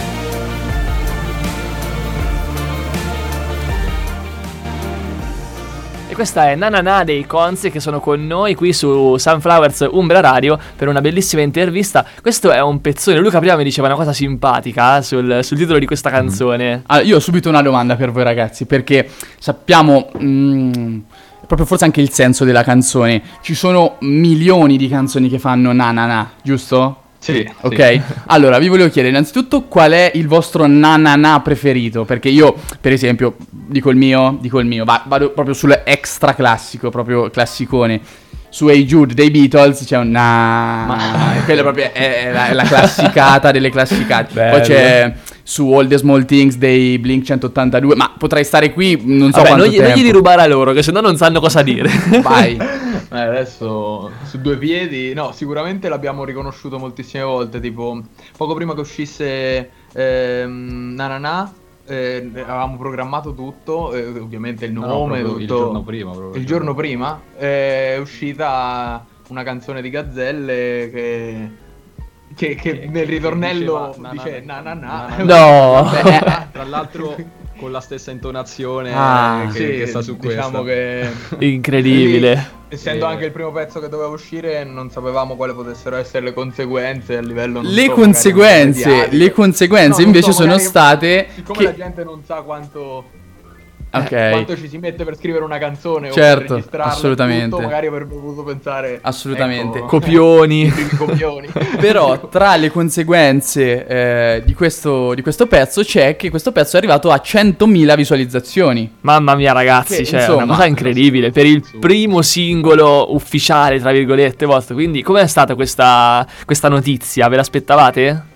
E questa è Nanana dei Conzi, che sono con noi qui su Sunflowers Umbra Radio per una bellissima intervista. Questo è un pezzone. Luca prima mi diceva una cosa simpatica sul, sul titolo di questa canzone. Allora, io ho subito una domanda per voi ragazzi, perché sappiamo mm, proprio forse anche il senso della canzone. Ci sono milioni di canzoni che fanno na na na, giusto? Sì. Ok, sì. Allora vi volevo chiedere innanzitutto qual è il vostro na na na preferito, perché io per esempio dico il mio, dico il mio, va, vado proprio sull'extra classico, proprio classicone. Su Hey Jude dei Beatles c'è un na, ma quella proprio è, è, la, è la classicata delle classicate. Bello. Poi c'è su All the Small Things dei Blink centottantadue, ma potrei stare qui non so Vabbè, quanto non gli, tempo. non gli rubare a loro, che sennò non sanno cosa dire. Vai. Eh, adesso su due piedi, no, sicuramente l'abbiamo riconosciuto moltissime volte, tipo poco prima che uscisse ehm, Na Na Na, eh, avevamo programmato tutto, eh, ovviamente il nome, no, tutto. Il giorno prima. Proprio. Il giorno prima è uscita una canzone di Gazzelle che... Che, che, che nel ritornello diceva, dice na na na. No. Beh, tra l'altro con la stessa intonazione ah, che, sì, che sta su diciamo questa. Che incredibile. Lì, essendo sì. anche il primo pezzo che doveva uscire, non sapevamo quali potessero essere le conseguenze a livello non le so, conseguenze, le conseguenze no, invece so, sono state siccome che... la gente non sa quanto Okay. quanto ci si mette per scrivere una canzone certo, o per registrarla, assolutamente. tutto, magari avrebbe potuto pensare assolutamente ecco, copioni. copioni. Però tra le conseguenze eh, di, questo, di questo pezzo c'è che questo pezzo è arrivato a centomila visualizzazioni. Mamma mia ragazzi, che, cioè insomma, una cosa incredibile per il primo singolo ufficiale tra virgolette vostro. Quindi com'è stata questa, questa notizia? Ve l'aspettavate?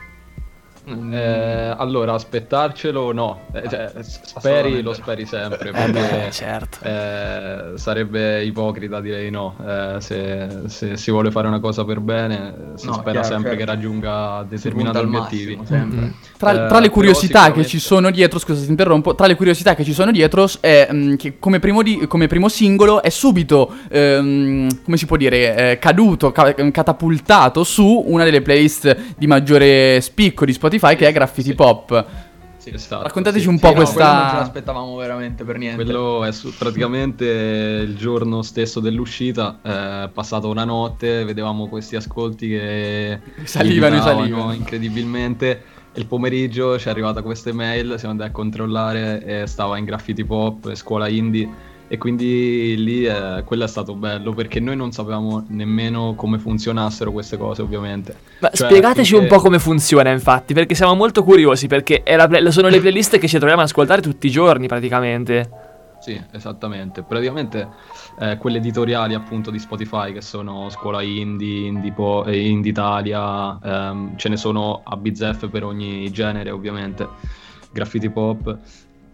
Eh, allora, aspettarcelo no, eh, cioè, speri, lo speri sempre, perché eh, certo. eh, sarebbe ipocrita direi no, eh, se, se si vuole fare una cosa per bene si no, spera chiaro, sempre certo. che raggiunga determinati obiettivi. Massimo, sempre. Mm-hmm. Tra, eh, tra le curiosità sicuramente... che ci sono dietro, scusa ti interrompo, tra le curiosità che ci sono dietro è mh, che come primo, di, come primo singolo è subito, ehm, come si può dire, eh, caduto, ca- catapultato su una delle playlist di maggiore spicco di Spotify, che è Graffiti sì. Pop. Sì, esatto, Raccontateci sì, un sì, po' no, questa... quello non ce l'aspettavamo veramente per niente. Quello è su, praticamente il giorno stesso dell'uscita, è eh, passata una notte, vedevamo questi ascolti che salivano e limitavano salivano incredibilmente. Il pomeriggio ci è arrivata questa email, siamo andati a controllare e stava in Graffiti Pop, scuola indie. E quindi lì eh, quello è stato bello, perché noi non sapevamo nemmeno come funzionassero queste cose, ovviamente. Ma cioè, spiegateci finché... un po' come funziona, infatti, perché siamo molto curiosi, perché è la play- sono le playlist che ci troviamo ad ascoltare tutti i giorni praticamente. Sì, esattamente. Praticamente eh, quelle editoriali appunto di Spotify, che sono Scuola Indie, Indie, po- eh, Indie Italia, ehm, ce ne sono a bizzeffe per ogni genere ovviamente, Graffiti Pop.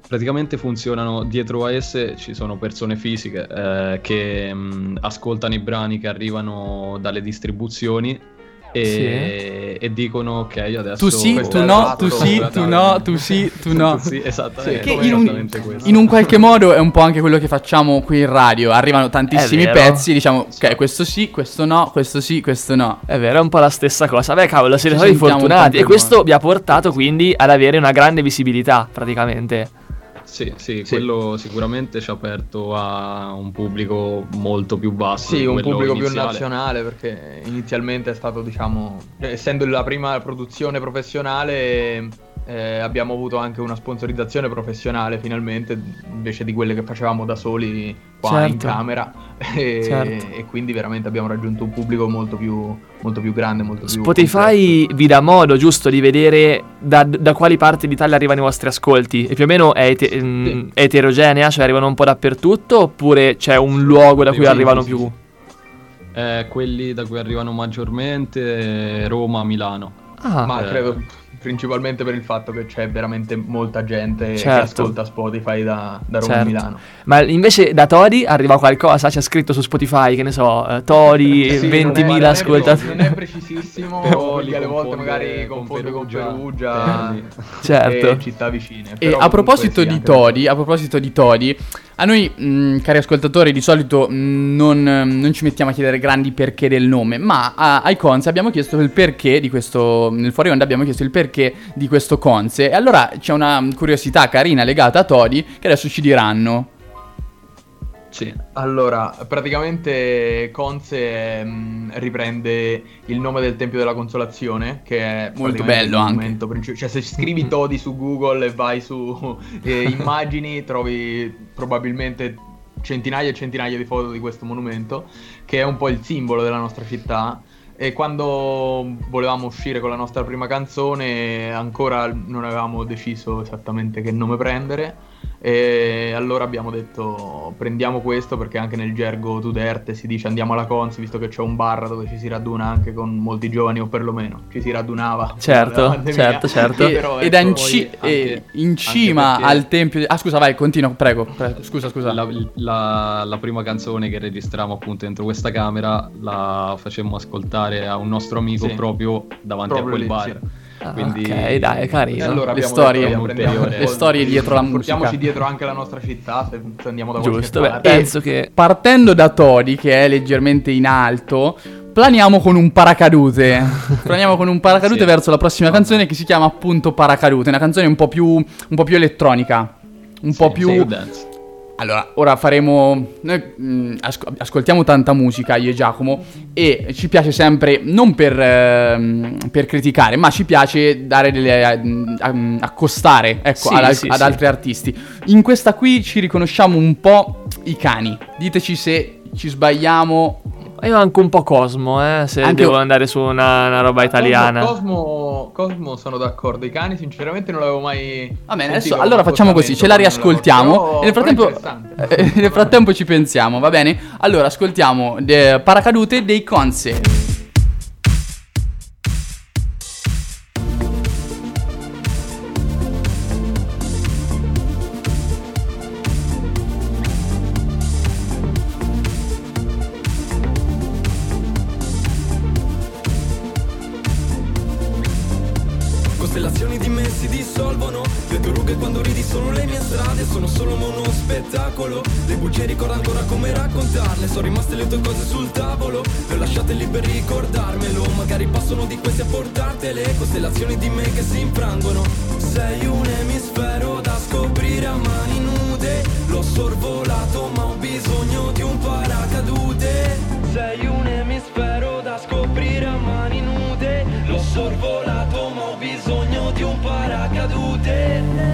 praticamente funzionano, dietro a esse ci sono persone fisiche eh, che mh, ascoltano i brani che arrivano dalle distribuzioni e, sì. e dicono ok adesso tu sì, tu no, tu sì, tu no, tu sì, tu no. Sì, esattamente, che in un, in un qualche modo è un po' anche quello che facciamo qui in radio. Arrivano tantissimi pezzi, diciamo ok, questo sì, questo no, questo sì, questo no. È vero, è un po' la stessa cosa. Beh cavolo, siete stati fortunati e questo modo. vi ha portato quindi ad avere una grande visibilità praticamente. Sì, sì, sì, quello sicuramente ci ha aperto a un pubblico molto più basso. Sì, un pubblico iniziale. più nazionale, perché inizialmente è stato, diciamo, essendo la prima produzione professionale, eh, abbiamo avuto anche una sponsorizzazione professionale finalmente, invece di quelle che facevamo da soli qua certo. in camera. E, certo. e quindi veramente abbiamo raggiunto un pubblico molto più, molto più grande, molto più Spotify completo. Vi dà modo giusto di vedere da, da quali parti d'Italia arrivano i vostri ascolti, e più o meno è, ete- sì. mh, è eterogenea, cioè arrivano un po' dappertutto, oppure c'è un luogo da cui sì, arrivano sì, più? Sì. Eh, quelli da cui arrivano maggiormente Roma, Milano. Ah, ma eh, credo principalmente per il fatto che c'è veramente molta gente certo. che ascolta Spotify da, da Roma certo. a Milano. Ma invece da Tori arriva qualcosa? C'è scritto su Spotify, che ne so, uh, Tori sì, ventimila ascoltatori. Non è precisissimo, però perché alle volte magari confonde con Perugia, con certo. e città vicine. E a proposito sì, di Tori, a proposito di Tori, a noi, mh, cari ascoltatori, di solito mh, non, non ci mettiamo a chiedere grandi perché del nome, ma a, ai Conze abbiamo chiesto il perché di questo, nel fuori onda abbiamo chiesto il perché di questo Conze, e allora c'è una curiosità carina legata a Tori che adesso ci diranno. Sì, allora, praticamente Conze mh, riprende il nome del Tempio della Consolazione, che è molto bello anche. Princip- cioè se scrivi Todi su Google e vai su eh, immagini, trovi probabilmente centinaia e centinaia di foto di questo monumento, che è un po' il simbolo della nostra città. E quando volevamo uscire con la nostra prima canzone ancora non avevamo deciso esattamente che nome prendere, e allora abbiamo detto prendiamo questo, perché anche nel gergo tuderte si dice andiamo alla Conze, visto che c'è un bar dove ci si raduna anche con molti giovani, o perlomeno ci si radunava. Certo, certo, certo. E, e da in, ci- anche, in cima perché... al tempio di... Ah scusa, vai, continua, prego, prego. Scusa, scusa. La, la, la prima canzone che registravamo appunto dentro questa camera la facemmo ascoltare a un nostro amico sì. proprio davanti proprio a quel lì, bar. Sì. Quindi ok, dai, è carino. Allora le storie, le storie dietro la musica. Portiamoci dietro anche la nostra città, se, se andiamo da qualche Giusto, parte. Beh, penso che partendo da Tori, che è leggermente in alto, planiamo con un paracadute. Planiamo con un paracadute sì. verso la prossima canzone, che si chiama appunto Paracadute, una canzone un po' più un po' più elettronica, un sì, po' più sì, dance. Allora, ora faremo... Noi mh, asco- ascoltiamo tanta musica, io e Giacomo, e ci piace sempre, non per, eh, per criticare, ma ci piace dare delle... Uh, accostare, ecco, sì, ad, sì, ad sì. altri artisti. In questa qui ci riconosciamo un po' i cani. Diteci se ci sbagliamo... Io anche un po' Cosmo, eh, se anche devo andare su una, una roba italiana. Cosmo, Cosmo, Cosmo sono d'accordo. I cani sinceramente non l'avevo mai... Va bene, adesso allora facciamo così, ce la riascoltiamo e nel frattempo, eh, nel frattempo ci pensiamo, va bene? Allora ascoltiamo de- Paracadute dei Conze. Costellazioni di me si dissolvono, le tue rughe quando ridi sono le mie strade, sono solo uno spettacolo, le bugie ricordo ancora come raccontarle, sono rimaste le tue cose sul tavolo, le ho lasciate lì per ricordarmelo, magari possono di queste a portartele, costellazioni di me che si infrangono, sei un emisfero da scoprire a mani nude, l'ho sorvolato ma ho bisogno di un paracadute, sei un emisfero da scoprire a mani nude, l'ho sorvolato ma ho bisogno di un paracadute.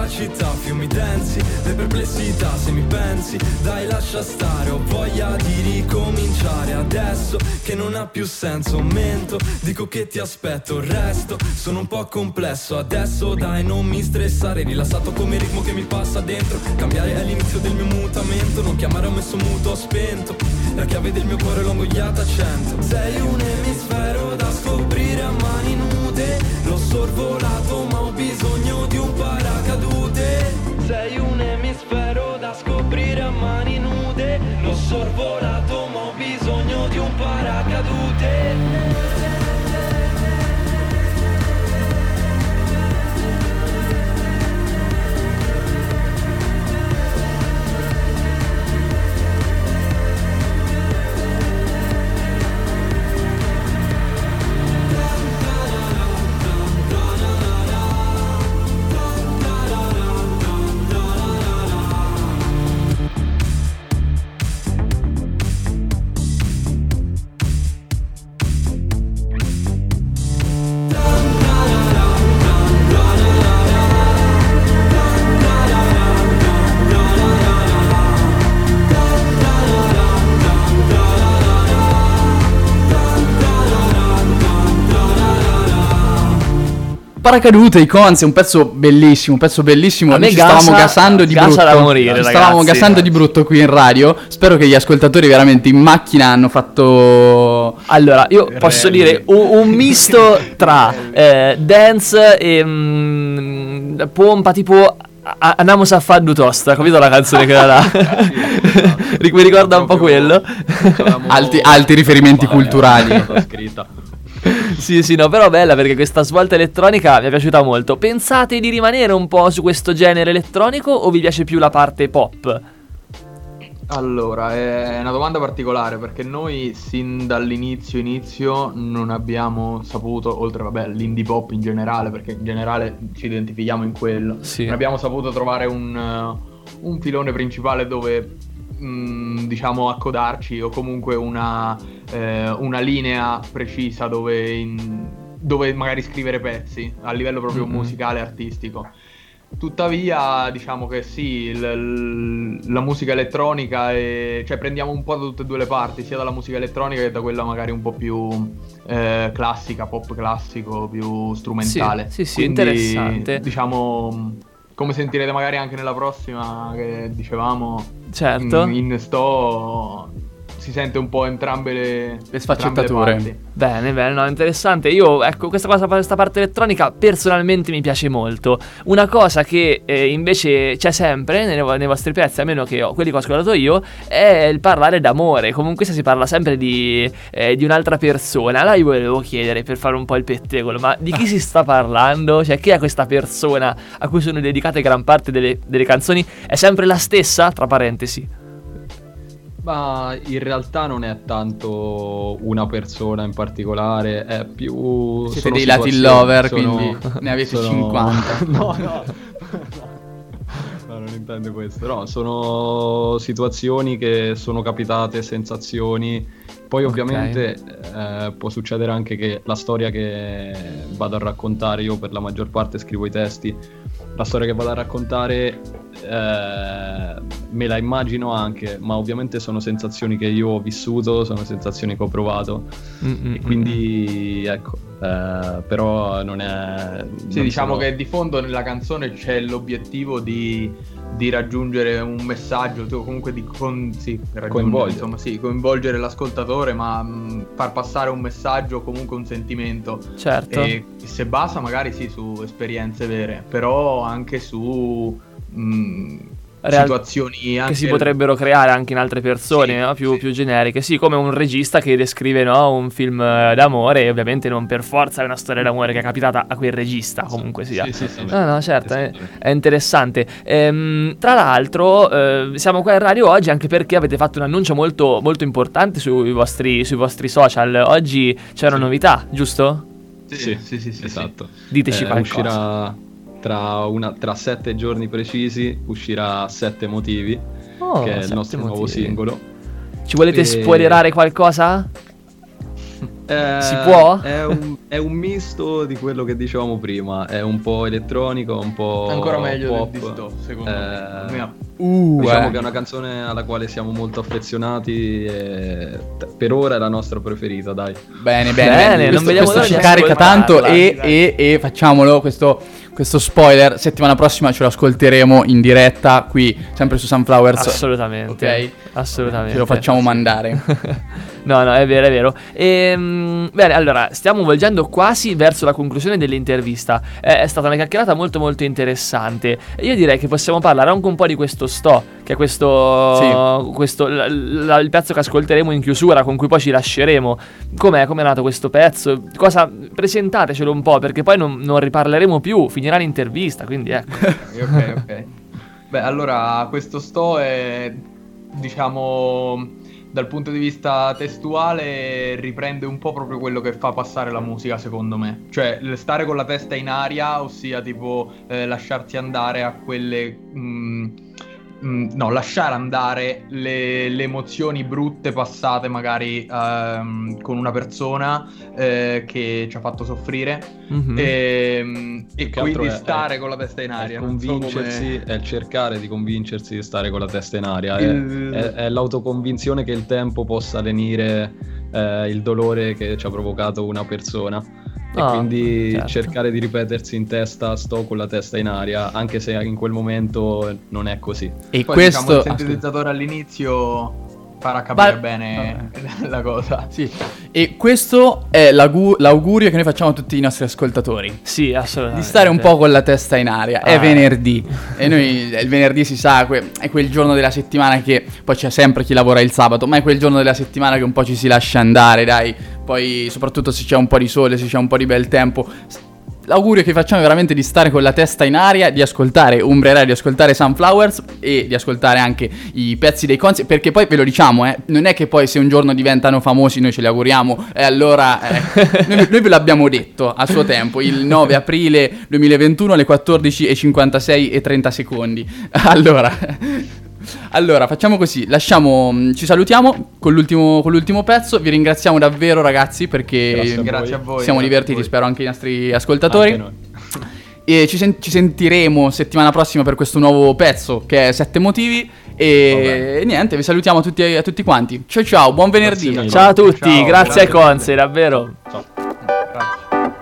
città, fiumi densi, le perplessità se mi pensi. Dai lascia stare, ho voglia di ricominciare adesso che non ha più senso. Mento, dico che ti aspetto, resto, sono un po' complesso adesso. Dai non mi stressare, rilassato come il ritmo che mi passa dentro. Cambiare è l'inizio del mio mutamento, non chiamare ho messo muto, ho spento. La chiave del mio cuore l'ho ingoiata a cento. Sei un emisfero da scoprire a mani nude. L'ho sorvolato ma ho bisogno di un paracadute. Sei un emisfero da scoprire a mani nude. L'ho sorvolato ma ho bisogno di un paracadute. Paracadute, i Cons, è un pezzo bellissimo, un pezzo bellissimo. A me Noi ci gasa- stavamo gasando di gasa brutto. da morire, Ci stavamo ragazzi. gasando di brutto qui in radio. Spero che gli ascoltatori veramente in macchina hanno fatto. Allora, io posso dire un, un misto tra eh, dance e mm, pompa, tipo a- Andiamo a fare due tosta, capito la canzone che era là? Mi ricorda un po' quello. Alti, alti riferimenti culturali. Scritta. Sì, sì, no, però bella perché questa svolta elettronica mi è piaciuta molto. Pensate di rimanere un po' su questo genere elettronico o vi piace più la parte pop? Allora, è una domanda particolare perché noi sin dall'inizio inizio non abbiamo saputo, oltre vabbè l'indie pop in generale, perché in generale ci identifichiamo in quello, Sì. non abbiamo saputo trovare un, uh, un filone principale dove mh, diciamo accodarci o comunque una, eh, una linea precisa dove, in, dove magari scrivere pezzi a livello proprio Mm-hmm. musicale, artistico. Tuttavia, diciamo che sì, l- l- la musica elettronica è, cioè prendiamo un po' da tutte e due le parti, sia dalla musica elettronica che da quella magari un po' più eh, classica, pop classico, più strumentale. Sì, sì, sì, Quindi, interessante. Diciamo, come sentirete magari anche nella prossima che dicevamo, Certo. in, in sto si sente un po' entrambe le, Le sfaccettature. entrambe le parti. Bene, bene, no, interessante. Io, ecco, questa cosa, questa parte elettronica personalmente mi piace molto. Una cosa che eh, invece c'è sempre nei, nei vostri pezzi, almeno che ho, quelli che ho ascoltato io, è il parlare d'amore. Comunque se si parla sempre di, eh, di un'altra persona. Allora io volevo chiedere, per fare un po' il pettegolo, ma di chi si sta parlando? Cioè, chi è questa persona a cui sono dedicate gran parte delle, delle canzoni? È sempre la stessa? Tra parentesi. Ma in realtà non è tanto una persona in particolare, è più... Siete sono dei Latin situazioni, lover, sono- quindi ne avete sono- cinquanta. No, no. No, non intendo questo. No, sono situazioni che sono capitate, sensazioni. Poi Ok. ovviamente eh, può succedere anche che la storia che vado a raccontare, io per la maggior parte scrivo i testi, la storia che vado a raccontare eh, me la immagino anche, ma ovviamente sono sensazioni che io ho vissuto, sono sensazioni che ho provato. Mm-mm. E quindi ecco, eh, però non è... Sì, non diciamo sono- che di fondo nella canzone c'è l'obiettivo di, di raggiungere un messaggio, o comunque di con, sì, raggiungere, Coinvolgere. insomma, sì, coinvolgere l'ascoltatore, ma mh, far passare un messaggio o comunque un sentimento. Certo. E se basa magari sì su esperienze vere, però anche su mh, Real- situazioni anche che si potrebbero creare anche in altre persone, Sì, no? più, sì. più generiche. Sì, come un regista che descrive, no, un film eh, d'amore, e ovviamente non per forza è una storia d'amore che è capitata a quel regista, comunque sia. Sì, sì, sì. No, no, certo, è, Sì, sì. è interessante. Ehm, tra l'altro, eh, siamo qua in radio oggi anche perché avete fatto un annuncio molto, molto importante sui vostri, sui vostri social. Oggi c'è una Sì. novità, giusto? Sì, sì, sì, sì, esatto. Diteci Eh, qualcosa. uscirà tra, una, tra sette giorni precisi, uscirà Sette Motivi, Oh, che è il Sette nostro nuovo Motivi. singolo. Ci volete E- spoilerare qualcosa? Eh, Si può? È un, è un misto di quello che dicevamo prima. È un po' elettronico, un po' Ancora meglio pop. del Disto, secondo Eh, me. Uh, Diciamo eh. che è una canzone alla quale siamo molto affezionati e t- per ora è la nostra preferita, dai. Bene, bene, Bene, bene. non Questo, vediamo questo l'ora ci di carica tanto ascoltarla. e, e, e facciamolo questo, questo spoiler. Settimana prossima ce lo ascolteremo in diretta qui, sempre su Sunflowers. Assolutamente. Ok? Assolutamente. Ce lo facciamo mandare. No, no, è vero, è vero. Ehm, bene, allora, stiamo volgendo quasi verso la conclusione dell'intervista. Eh, è stata una chiacchierata molto molto interessante. E io direi che possiamo parlare anche un po' di questo Sto, che è questo, Sì. questo l- l- il pezzo che ascolteremo in chiusura, con cui poi ci lasceremo. Com'è, com'è nato questo pezzo? Cosa, presentatecelo un po', perché poi non, non riparleremo più, finirà l'intervista, quindi ecco. Ok, ok. Beh, allora, questo Sto è, diciamo, dal punto di vista testuale riprende un po' proprio quello che fa passare la musica, secondo me. Cioè, l- stare con la testa in aria, ossia tipo eh, lasciarti andare a quelle... mm, mm, no, lasciare andare le, le emozioni brutte passate magari ehm, con una persona eh, che ci ha fatto soffrire. Mhm. E, e Più che altro quindi è- stare è- con la testa in È aria. il non so convincersi, come- è il cercare di convincersi di stare con la testa in aria. È, Il- è- è l'autoconvinzione che il tempo possa lenire eh, il dolore che ci ha provocato una persona. E Ah, quindi certo. cercare di ripetersi in testa sto con la testa in aria, anche se in quel momento non è così. E Poi, questo... diciamo, il ah, scusa. sintetizzatore all'inizio farà capire Ba- bene la cosa. Sì. E questo è l'augu- l'augurio che noi facciamo a tutti i nostri ascoltatori. Sì, assolutamente. Di stare un po' con la testa in aria. È Ah. venerdì. E noi il venerdì si sa, que- è quel giorno della settimana che poi c'è sempre chi lavora il sabato, ma è quel giorno della settimana che un po' ci si lascia andare, dai. Poi soprattutto se c'è un po' di sole, se c'è un po' di bel tempo. S- L'augurio che facciamo è veramente di stare con la testa in aria, di ascoltare Umbria Radio, di ascoltare Sunflowers e di ascoltare anche i pezzi dei Conzi, perché poi ve lo diciamo, eh, non è che poi se un giorno diventano famosi noi ce li auguriamo, e allora eh, noi, noi ve l'abbiamo detto a suo tempo, il nove aprile duemilaventuno alle quattordici e cinquantasei e trenta secondi. Allora... Allora, facciamo così, lasciamo, mh, ci salutiamo con l'ultimo, con l'ultimo pezzo, vi ringraziamo davvero ragazzi perché Grazie a voi. Grazie a voi. siamo grazie a divertiti, voi. spero anche i nostri ascoltatori. Anche noi. E ci, sen- ci sentiremo settimana prossima per questo nuovo pezzo che è Sette Motivi. E niente, vi salutiamo a tutti, a tutti quanti. Ciao ciao, buon venerdì. Grazie mille. Ciao a tutti, Ciao, grazie ai grazie. Conze, davvero. Ciao. Grazie.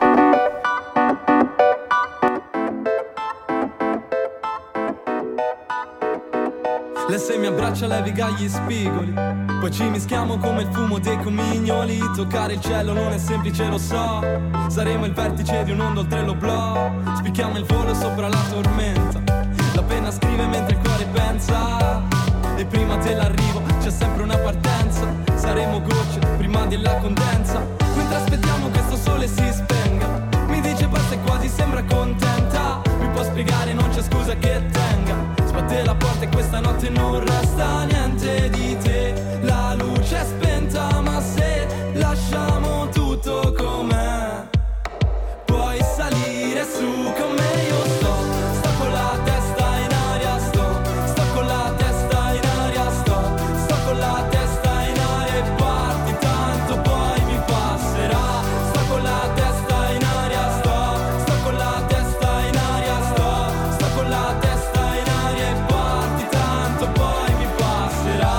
Lei se mi abbraccia leviga gli spigoli, poi ci mischiamo come il fumo dei comignoli. Toccare il cielo non è semplice, lo so, saremo il vertice di un'onda oltre l'oblò. Spicchiamo il volo sopra la tormenta, la penna scrive mentre il cuore pensa. E prima dell'arrivo c'è sempre una partenza, saremo gocce prima della condensa. Mentre aspettiamo questo sole si spenga, mi dice basta e quasi sembra contenta. Mi può spiegare non c'è scusa che tenga, sbatte la porta e questa notte non resta niente di te. La luce è spenta ma se lasciamo tutto com'è puoi salire su con me. Io sto, sto con la testa in aria, sto, sto con la testa in aria, sto, sto con la testa in aria e parti tanto poi mi passerà. Sto con la testa in aria, sto, sto con la testa in aria, sto, sto con la testa in aria e parti tanto poi mi passerà.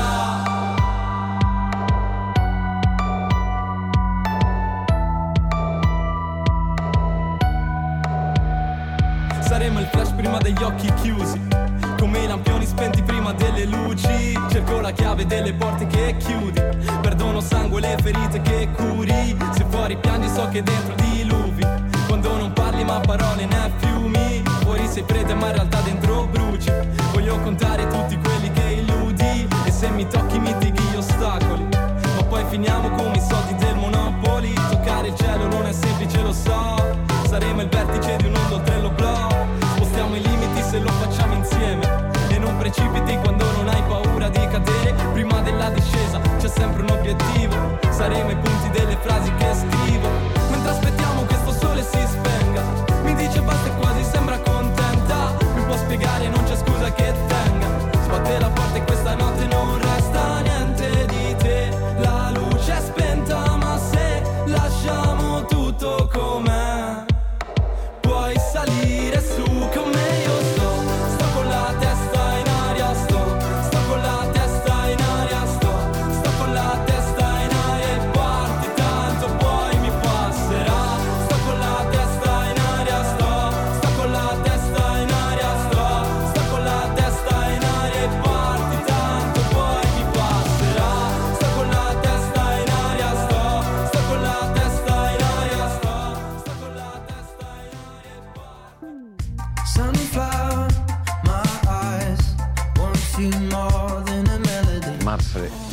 Saremo il flash prima degli occhi chiusi, come i lampioni spenti prima delle luci. Cerco la chiave delle porte che chiudi, perdono sangue le ferite che curi. Se fuori piangi so che dentro diluvi, quando non parli ma parole ne fiumi. Fuori sei prete ma in realtà dentro bruci. Voglio contare tutti quelli che illudi, e se mi tocchi mitighi gli ostacoli, ma poi finiamo come i soldi del Monopoli. Toccare il cielo non è semplice, lo so, saremo il vertice di un'onda oltre l'oblò. Spostiamo i limiti se lo facciamo insieme, e non precipiti quando non hai paura di cadere. Prima della discesa c'è sempre un obiettivo, saremo i punti delle frasi che scrivo. Mentre aspettiamo questo sole si spenga, mi dice basta e quasi sembra contenta. Mi può spiegare non c'è scusa che tenga, sbatte la porta e questa notte non resta niente di te. La luce è spenta ma se la Fre-